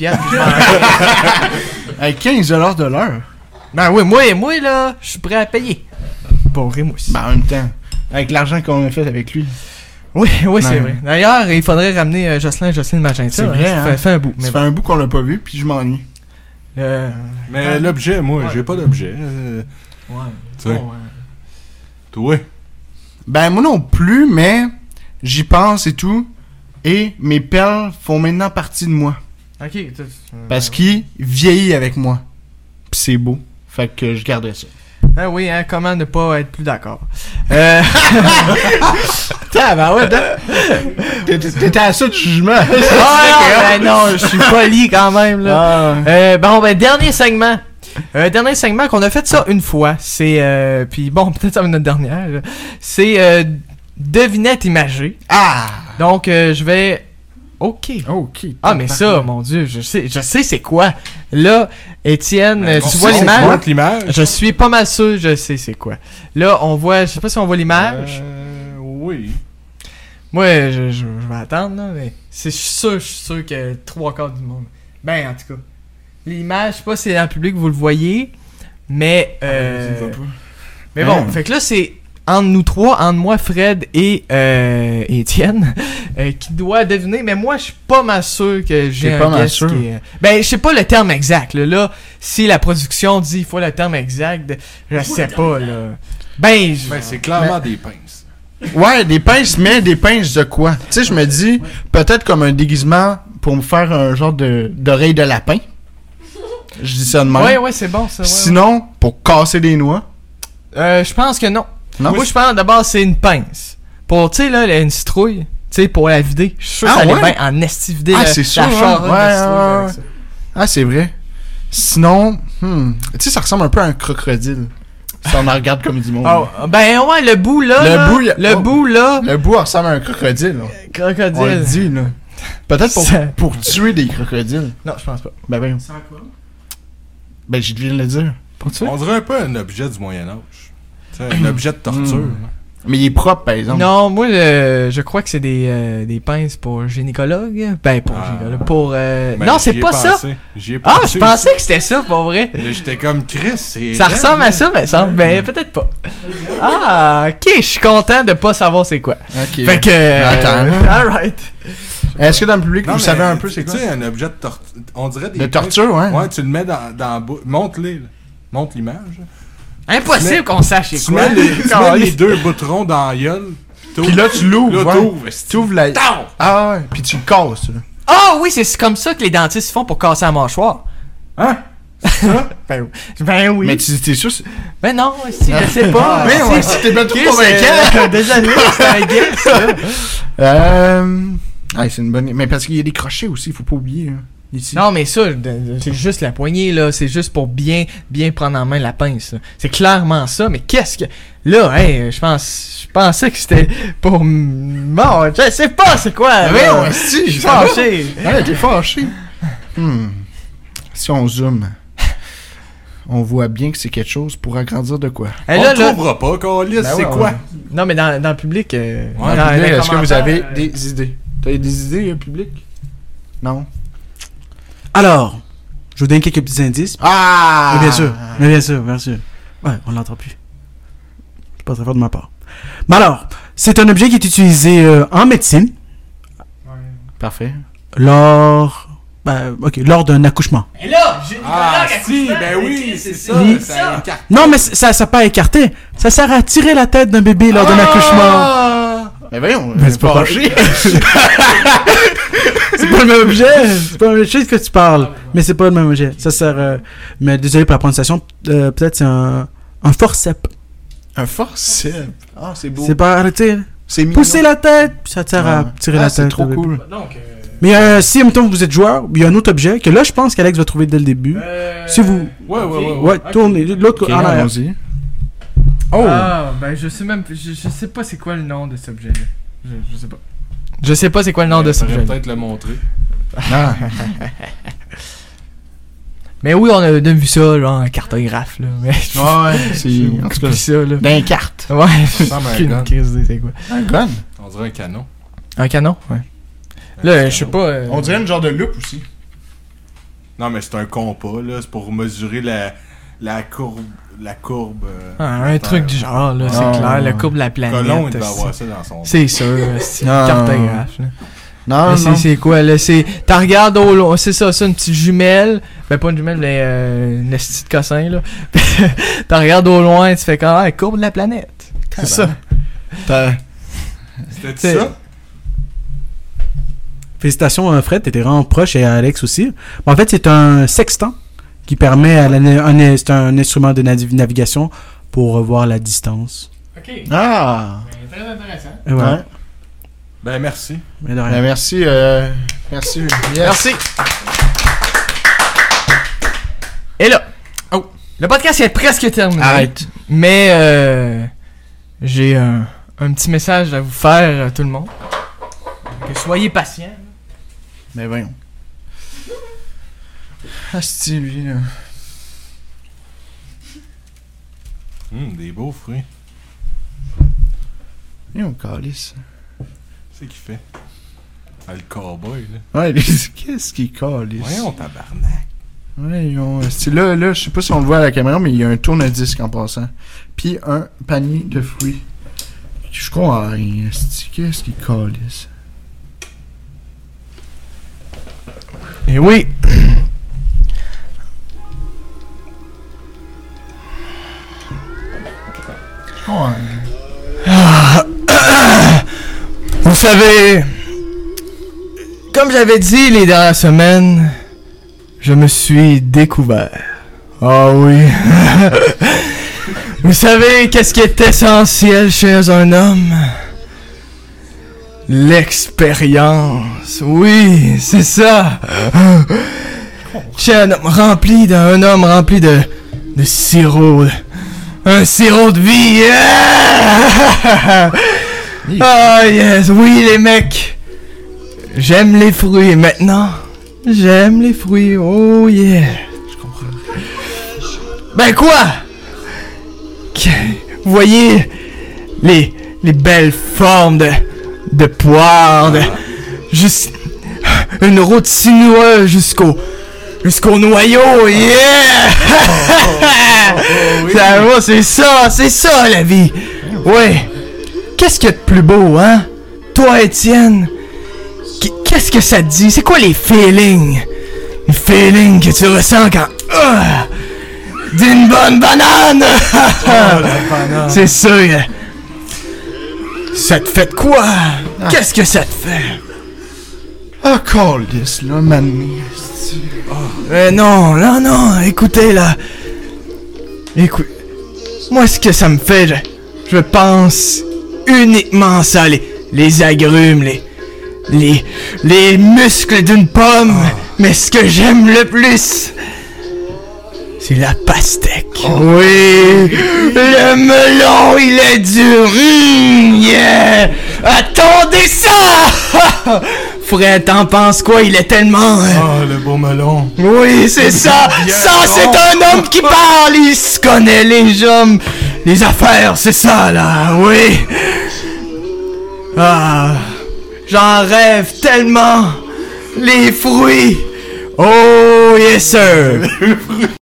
Speaker 1: Avec 15$ de l'heure?
Speaker 2: Ben oui, moi là, je suis prêt à payer. Bon, Rémus.
Speaker 1: Ben en même temps, avec l'argent qu'on a fait avec lui.
Speaker 2: Oui, c'est vrai. D'ailleurs, il faudrait ramener Jocelyne Magenta.
Speaker 1: C'est vrai,
Speaker 2: hein? Ça fait un bout.
Speaker 1: Ça fait un bout qu'on l'a pas vu, puis je m'ennuie.
Speaker 3: Mais l'objet, moi, j'ai pas d'objet.
Speaker 2: Ouais.
Speaker 3: Tu sais. Toi?
Speaker 1: Ben moi non plus, mais j'y pense et tout. Et mes perles font maintenant partie de moi.
Speaker 2: Ok.
Speaker 1: Parce qu'ils vieillissent avec moi. Pis c'est beau. Fait que je garderai ça.
Speaker 2: Ah oui, hein, comment ne pas être plus d'accord?
Speaker 1: Ben ouais, t'étais à ça de jugement.
Speaker 2: Non, je suis poli quand même, là. Dernier segment. Dernier segment qu'on a fait ça une fois. C'est, puis bon, peut-être ça va être notre dernière. Là. C'est devinette imagée.
Speaker 1: Ah!
Speaker 2: Donc, je vais... Ok. Ah, mais ça, mon Dieu, je sais c'est quoi. Là, Étienne, tu vois l'image? Je suis pas mal sûr, je sais c'est quoi. Là, on voit, je sais pas si on voit l'image.
Speaker 3: Oui.
Speaker 2: Moi, je vais attendre, là, mais je suis sûr que 3/4 du monde. Ben, en tout cas. L'image, je sais pas si dans le public vous le voyez, mais... mais bon, fait que là, c'est entre nous trois, entre moi, Fred et Étienne, qui doit deviner, mais moi, je suis pas mal sûr que j'ai un guess qui est... Ben, je sais pas le terme exact, là. Si la production dit il faut le terme exact, je sais pas, là. Ben,
Speaker 3: c'est clairement des pinces.
Speaker 1: Ouais, des pinces, mais des pinces de quoi? Tu sais, je me dis, peut-être comme un déguisement pour me faire un genre d'oreille de lapin. Je dis ça de même.
Speaker 2: Ouais, c'est bon, ça. Ouais,
Speaker 1: sinon, pour casser des noix.
Speaker 2: Je pense que non. Moi, je pense d'abord, c'est une pince. Pour, tu sais, là, une citrouille, tu sais, pour la vider. Je suis sûr que ça allait bien en esti vider
Speaker 1: c'est sûr, ouais. Ah, c'est vrai. Sinon, tu sais, ça ressemble un peu à un crocodile. Si on en regarde comme du monde.
Speaker 2: Ben ouais, le bout là. Le bout
Speaker 1: ressemble à un crocodile.
Speaker 2: Crocodile.
Speaker 1: On le dit, là. Peut-être pour tuer des crocodiles.
Speaker 2: Non, je pense pas.
Speaker 1: Ben,
Speaker 4: Ça va quoi?
Speaker 1: Ben, j'ai viens de le dire. Pour tuer.
Speaker 3: On dirait un peu un objet du Moyen-Âge. Un objet de torture.
Speaker 1: Mais il est propre, par exemple.
Speaker 2: Non, moi, je crois que c'est des pinces pour gynécologue. Ben, pour gynécologue. Pour. Non, c'est pas ça.
Speaker 3: J'y ai pensé.
Speaker 2: Je pensais que c'était ça, pour vrai.
Speaker 3: J'étais comme Chris.
Speaker 2: Ça ressemble à ça, mais ça. Ben, peut-être pas. Ah, ok, je suis content de pas savoir c'est quoi.
Speaker 1: Ok.
Speaker 2: Fait que.
Speaker 1: Attends.
Speaker 2: Alright.
Speaker 1: Est-ce que dans le public, vous savez un peu c'est quoi?
Speaker 3: Tu sais, un objet de torture. On dirait des.
Speaker 1: De torture, ouais.
Speaker 3: Ouais, tu le mets dans la bouche. Montre-les. Montre l'image.
Speaker 2: Impossible qu'on sache c'est quoi.
Speaker 3: Tu mets les deux boutons dans la gueule.
Speaker 1: Puis là, tu l'ouvres.
Speaker 3: Là,
Speaker 1: tu ouvres la. Ah ouais. Puis tu le casses, là.
Speaker 2: Ah oui, c'est comme ça que les dentistes font pour casser la mâchoire.
Speaker 3: Hein?
Speaker 2: Ben oui.
Speaker 1: Mais t'es sûr?
Speaker 2: Ben non, si, je sais pas.
Speaker 1: Mais ouais, si t'es bien trop convaincant.
Speaker 2: Désolé, c'est un guess,
Speaker 1: ça. C'est une bonne. Mais parce qu'il y a des crochets aussi, faut pas oublier. Hein, ici.
Speaker 2: Non, mais ça, c'est juste la poignée, là. C'est juste pour bien prendre en main la pince. Là. C'est clairement ça, mais qu'est-ce que. Là, je pensais que c'était pour. Bon, je sais pas, c'est quoi.
Speaker 1: Mais ouais, si, je suis
Speaker 2: fâché.
Speaker 1: Ouais, t'es fâché. Si on zoome. On voit bien que c'est quelque chose pour agrandir de quoi.
Speaker 3: On ne trouvera pas, Carlis, c'est quoi?
Speaker 2: Ouais. Non, mais dans le public...
Speaker 1: est-ce que vous avez des idées? T'as des idées, public? Non?
Speaker 4: Alors, je vous donne quelques petits indices.
Speaker 1: Ah!
Speaker 4: Mais bien sûr. Ouais, on l'entend plus. C'est pas très fort de ma part. Mais alors, c'est un objet qui est utilisé en médecine.
Speaker 1: Parfait.
Speaker 4: Lors d'un accouchement.
Speaker 2: Et là,
Speaker 3: ben oui, c'est ça.
Speaker 4: Non, mais ça n'a pas écarté. Ça sert à tirer la tête d'un bébé lors d'un accouchement.
Speaker 1: Mais voyons,
Speaker 4: c'est pas fâché. C'est pas le même objet. C'est pas le même chose que tu parles. Mais c'est pas le même objet. Ça sert. Mais désolé pour la prononciation. Peut-être c'est un forceps.
Speaker 1: Un forceps. Ah, c'est beau.
Speaker 4: C'est pas arrêter.
Speaker 1: C'est mignon.
Speaker 4: Pousser la tête, puis ça sert à tirer la tête.
Speaker 1: C'est trop cool.
Speaker 2: Donc.
Speaker 4: Mais si, en même temps, vous êtes joueur, il y a un autre objet que là, je pense qu'Alex va trouver dès le début. Si vous. Ouais, tournez. L'autre côté.
Speaker 1: Allons-y.
Speaker 2: Oh! Ah, ben je sais même. Je sais pas c'est quoi le nom de cet objet-là. Je sais pas. Je sais pas c'est quoi le nom de cet objet.
Speaker 3: Peut-être le montrer.
Speaker 1: Ah.
Speaker 2: Mais oui, on a vu ça, genre, un cartographe, là. Mais
Speaker 1: ouais, c'est. En tout cas,
Speaker 2: ça, là.
Speaker 1: D'un carte.
Speaker 2: Ouais,
Speaker 3: ça ressemble à un gun.
Speaker 2: C'est quoi?
Speaker 1: Un gun?
Speaker 3: On dirait un canon.
Speaker 2: Un canon? Ouais. Là, je sais pas.
Speaker 1: On dirait une genre de loupe aussi.
Speaker 3: Non, mais c'est un compas, là. C'est pour mesurer la courbe.
Speaker 2: Un truc du genre, là, c'est clair. La courbe de la planète.
Speaker 3: Colomb, il devait avoir ça dans son.
Speaker 2: C'est sûr, c'est un cartographe, là.
Speaker 1: Non,
Speaker 2: c'est quoi, là? T'en regardes au loin, c'est ça, une petite jumelle. Ben, pas une jumelle, mais une petite cossin, là. T'en regardes au loin, tu fais quand même la courbe de la planète. C'est ça.
Speaker 3: C'était ça?
Speaker 4: Félicitations, Fred, t'étais vraiment proche, et Alex aussi. En fait, c'est un sextant qui permet c'est un instrument de navigation pour voir la distance.
Speaker 2: Ok.
Speaker 1: Ah!
Speaker 2: Ben, très intéressant.
Speaker 1: Ouais.
Speaker 3: Ben, merci.
Speaker 4: Mais de rien.
Speaker 1: Ben, merci. Merci. Yes.
Speaker 2: Merci. Et là, le podcast est presque terminé.
Speaker 1: Arrête.
Speaker 2: Mais j'ai un petit message à vous faire, tout le monde. Que soyez patients.
Speaker 1: Mais voyons. Asti, lui, là.
Speaker 3: Des beaux fruits.
Speaker 1: Et on calisse.
Speaker 3: C'est qu'il fait. Ah, le cowboy, là.
Speaker 1: Ouais, qu'est-ce qu'il calisse?
Speaker 3: Voyons, tabarnak.
Speaker 1: Voyons. Là, je sais pas si on le voit à la caméra, mais il y a un tourne-disque en passant. Puis un panier de fruits. Je crois à rien. Qu'est-ce qu'il calisse?
Speaker 2: Et oui. savez, comme j'avais dit les dernières semaines, je me suis découvert. Ah oui. Vous savez qu'est-ce qui est essentiel chez un homme? L'expérience. Oui, c'est ça. Chez un homme rempli de sirop. Un sirop de vie. Ah yes, oui les mecs. J'aime les fruits maintenant. J'aime les fruits. Oh yeah. Je comprends. Ben quoi? Vous voyez les belles formes de poire, juste une route sinueuse jusqu'au noyau, yeah!
Speaker 3: Oui.
Speaker 2: C'est ça la vie. Ouais. Qu'est-ce qu'il y a de plus beau, hein? Toi, Étienne, qu'est-ce que ça te dit? C'est quoi les feelings? Les feelings que tu ressens quand... d'une bonne banane!
Speaker 3: La banane.
Speaker 2: C'est ça. Ça te fait de quoi? Qu'est-ce que ça te fait?
Speaker 1: Ah, call this, là, man.
Speaker 2: Non, écoutez, là. Écoute, moi, ce que ça me fait, je pense uniquement à ça, les agrumes, les muscles d'une pomme. Mais ce que j'aime le plus, c'est la pastèque. Oui, le melon, il est dur. Yeah! Attendez ça! Fred, t'en penses quoi? Il est tellement...
Speaker 3: le beau melon.
Speaker 2: Oui, c'est ça! Ça, c'est un homme qui parle! Il se connaît, les hommes! Les affaires, c'est ça, là! Oui! Ah... J'en rêve tellement! Les fruits! Oh, yes, sir!